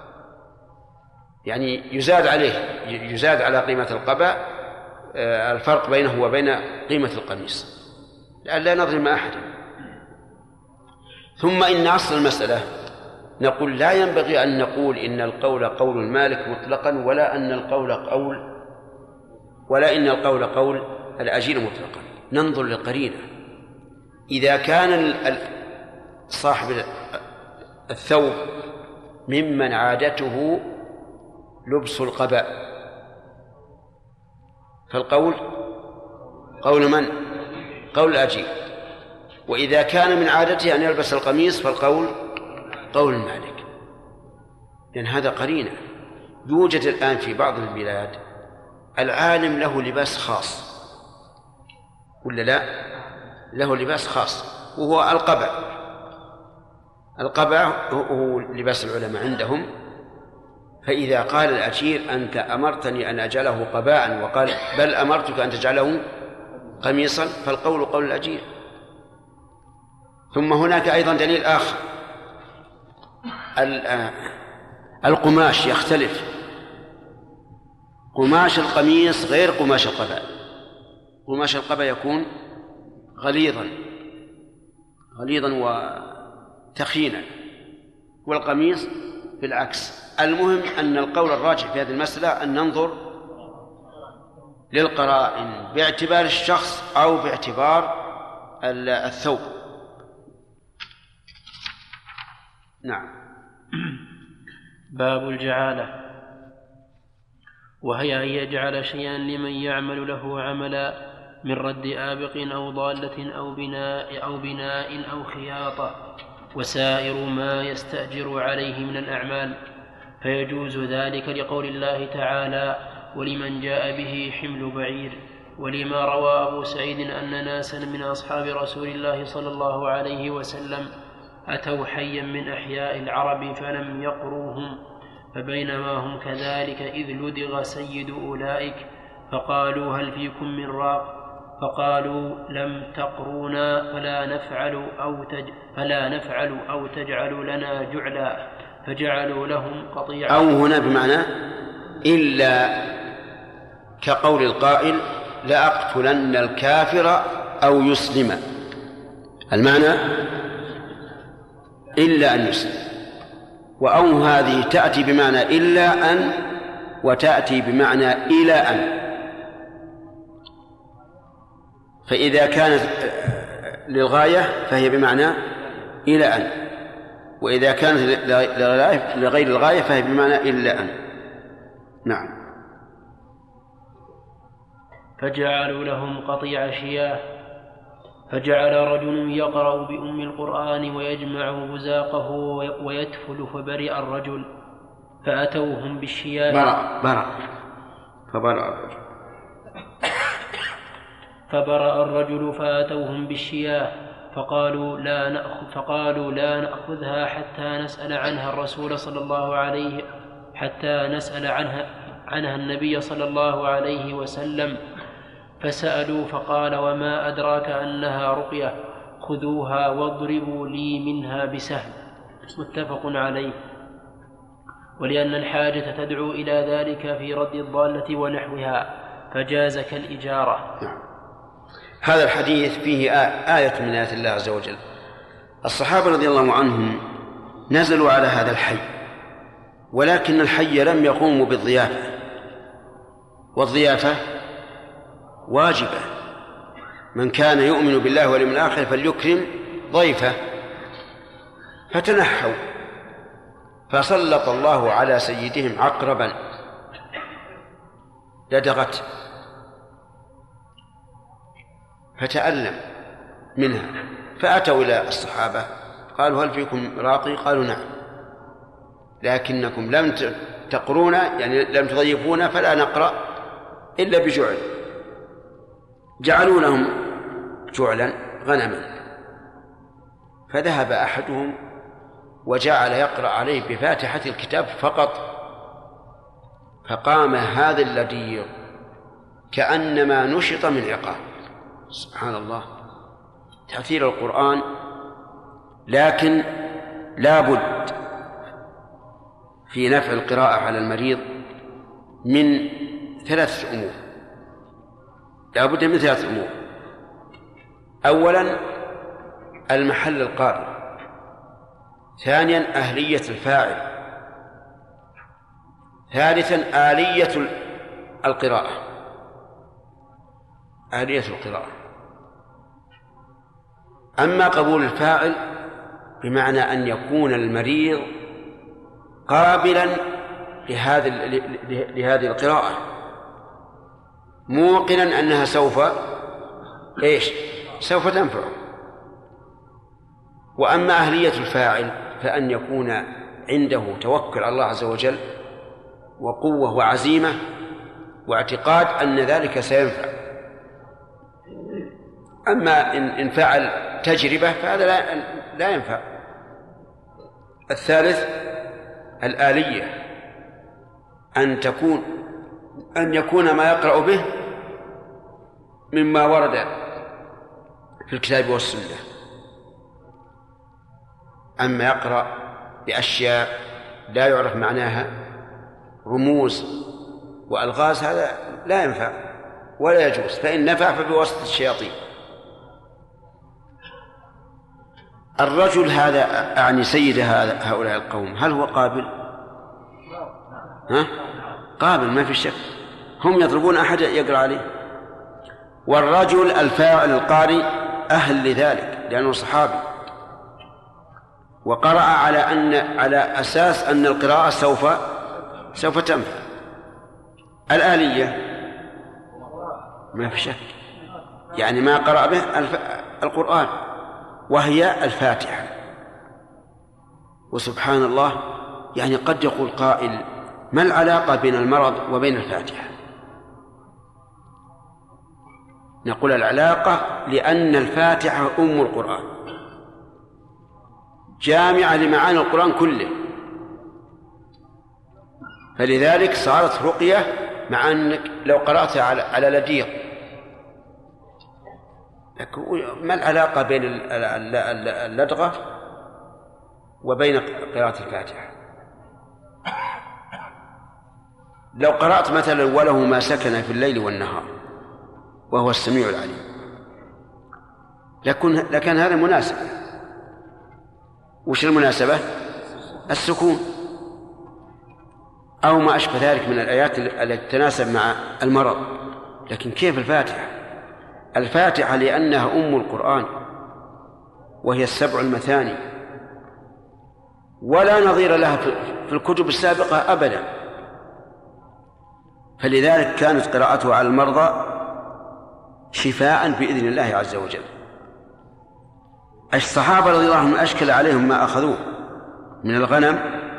يعني يزاد عليه يزاد على قيمة القباء الفرق بينه وبين قيمة القميص لئلا نظلم أحدا. ثم إن أصل المسألة نقول لا ينبغي أن نقول إن القول قول المالك مطلقا، ولا أن القول قول ولا إن القول قول الأجير مطلقا. ننظر للقرينة. إذا كان صاحب الثوب ممن عادته لبس القباء فالقول قول من؟ قول الأجير. وإذا كان من عادته أن يلبس القميص فالقول قول المالك. لأن هذا قرينة. يوجد الآن في بعض البلاد العالم له لباس خاص ولا لا؟ له لباس خاص وهو القبع. القبع هو لباس العلماء عندهم. فإذا قال الأجير أنت أمرتني أن أجعله قباء وقال بل أمرتك أن تجعله قميصا فالقول قول الأجير. ثم هناك أيضا دليل آخر، القماش يختلف. قماش القميص غير قماش القباء. قماش القباء يكون غليظا غليظا وثخينا، والقميص بالعكس. المهم أن القول الراجح في هذه المسألة أن ننظر للقرائن باعتبار الشخص أو باعتبار الثوب. نعم. باب الجعالة، وهي أن يجعل شيئا لمن يعمل له عملا من رد آبق أو ضالة أو بناء أو بناء أو خياطة وسائر ما يستأجر عليه من الأعمال، فيجوز ذلك لقول الله تعالى ولمن جاء به حمل بعير، ولما روى أبو سعيد أن ناسا من أصحاب رسول الله صلى الله عليه وسلم أتوا حيا من أحياء العرب فلم يقروهم، فبينما هم كذلك إذ لدغ سيد أولئك فقالوا هل فيكم من راق؟ فقالوا لم تقرونا فلا نفعل أو, تج فلا نفعل أو تجعل لنا جعلا، فجعلوا لهم قطيعا. أو هنا بمعنى إلا كقول القائل لأقتلن الكافر أو يسلم. المعنى إلا أن يسلم. وأو هذه تأتي بمعنى إلا أن وتأتي بمعنى إلى أن. فإذا كانت للغاية فهي بمعنى إلى أن، وإذا كانت لغير الغاية فهي بمعنى إلا أن. نعم. فجعلوا لهم قطيع شياه. فجعل رجل يقرأ بأم القرآن ويجمع بزاقه ويتفل فبرئ الرجل فأتوهم بالشياه. برأ برأ فبرأ الرجل فبرأ الرجل فأتوهم بالشياه فقالوا لا نأخذ فقالوا لا نأخذها حتى نسأل عنها الرسول صلى الله عليه حتى نسأل عنها عنها النبي صلى الله عليه وسلم. فسألوا فقال وما أدراك أنها رقية؟ خذوها واضربوا لي منها بسهم. متفق عليه. ولأن الحاجة تدعو إلى ذلك في رد الضالة ونحوها فجاز كالإجارة. هذا الحديث فيه آية من آيات الله عز وجل. الصحابة رضي الله عنهم نزلوا على هذا الحي، ولكن الحي لم يقوموا بالضيافة، والضيافة واجبة من كان يؤمن بالله واليوم الآخر فليكرم ضيفه، فتنحوا، فسلط الله على سيدهم عقربا لدغته فتألم منها، فأتوا إلى الصحابة قالوا هل فيكم راقي؟ قالوا نعم، لكنكم لم تقرونا، يعني لم تضيفونا فلا نقرأ إلا بجعل. جعلوا لهم جعلا غنما، فذهب أحدهم وجعل يقرأ عليه بفاتحة الكتاب فقط، فقام هذا اللديغ كأنما نشط من عقاب. سبحان الله، تأثير القرآن. لكن لا بد في نفع القراءة على المريض من ثلاثة أمور، لا بد من ثلاثة أمور. أولا المحل القارئ، ثانيا أهلية الفاعل، ثالثا آلية القراءة، آلية القراءة. أما قبول الفاعل بمعنى أن يكون المريض قابلا لهذه لهذه القراءة، موقنا أنها سوف إيش سوف تنفعه. وأما أهلية الفاعل فأن يكون عنده توكل على الله عز وجل وقوة وعزيمة واعتقاد أن ذلك سينفع. أما إن فعل تجربة فهذا لا, لا ينفع. الثالث الآلية، أن تكون أن يكون ما يقرأ به مما ورد في الكتاب والسنة. أما يقرأ بأشياء لا يعرف معناها، رموز وألغاز، هذا لا ينفع ولا يجوز، فإن نفع فبواسطة الشياطين. الرجل هذا أعني سيد هؤلاء القوم هل هو قابل؟ ها؟ قابل ما في شك، هم يطلبون أحد يقرأ عليه. والرجل الفاعل القارئ أهل لذلك لأنه صحابي وقرأ على أن على أساس أن القراءة سوف سوف تنفع. الآلية ما في شك، يعني ما قرأ به القرآن وهي الفاتحة. وسبحان الله، يعني قد يقول قائل ما العلاقة بين المرض وبين الفاتحة؟ نقول العلاقة لأن الفاتحة أم القرآن، جامعة لمعاني القرآن كله، فلذلك صارت رقية. مع أنك لو قرأتها على على لديق، ما العلاقة بين اللدغة وبين قراءة الفاتحة؟ لو قرأت مثلا وله ما سكن في الليل والنهار وهو السميع العليم لكن لكن هذا مناسب. وش المناسبة؟ السكون أو ما أشبه ذلك من الآيات التي تتناسب مع المرض. لكن كيف الفاتحة؟ الفاتحة لأنها أم القرآن وهي السبع المثاني ولا نظير لها في الكتب السابقة أبدا، فلذلك كانت قراءتها على المرضى شفاء بإذن الله عز وجل. الصحابة رضي الله عنهم أشكل عليهم ما أخذوه من الغنم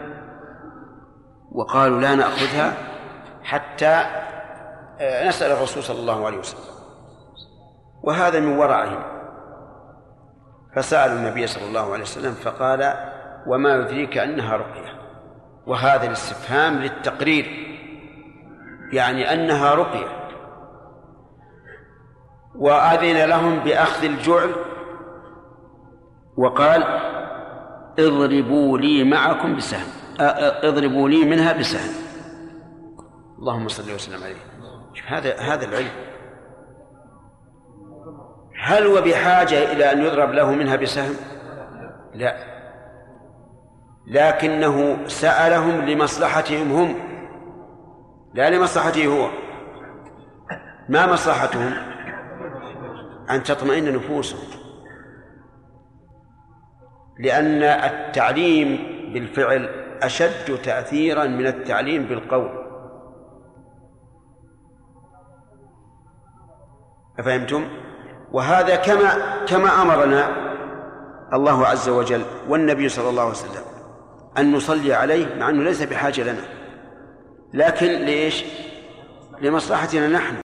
وقالوا لا نأخذها حتى نسأل الرسول صلى الله عليه وسلم، وهذا من ورعهم. فسألوا النبي صلى الله عليه وسلم فقال وما يدريك أنها رقية، وهذا الاستفهام للتقرير، يعني أنها رقية. وأذن لهم بأخذ الجعل وقال اضربوا لي معكم بسهم، اضربوا لي منها بسهم. اللهم صل وسلم عليه. هذا هذا العلم. هل هو بحاجة إلى أن يضرب له منها بسهم؟ لا، لكنه سألهم لمصلحتهم هم لا لمصلحته هو. ما مصلحتهم؟ أن تطمئن نفوسهم، لأن التعليم بالفعل أشد تأثيرا من التعليم بالقول. أفهمتم؟ وهذا كما كما أمرنا الله عز وجل والنبي صلى الله عليه وسلم أن نصلي عليه، مع أنه ليس بحاجة لنا، لكن ليش؟ لمصلحتنا نحن.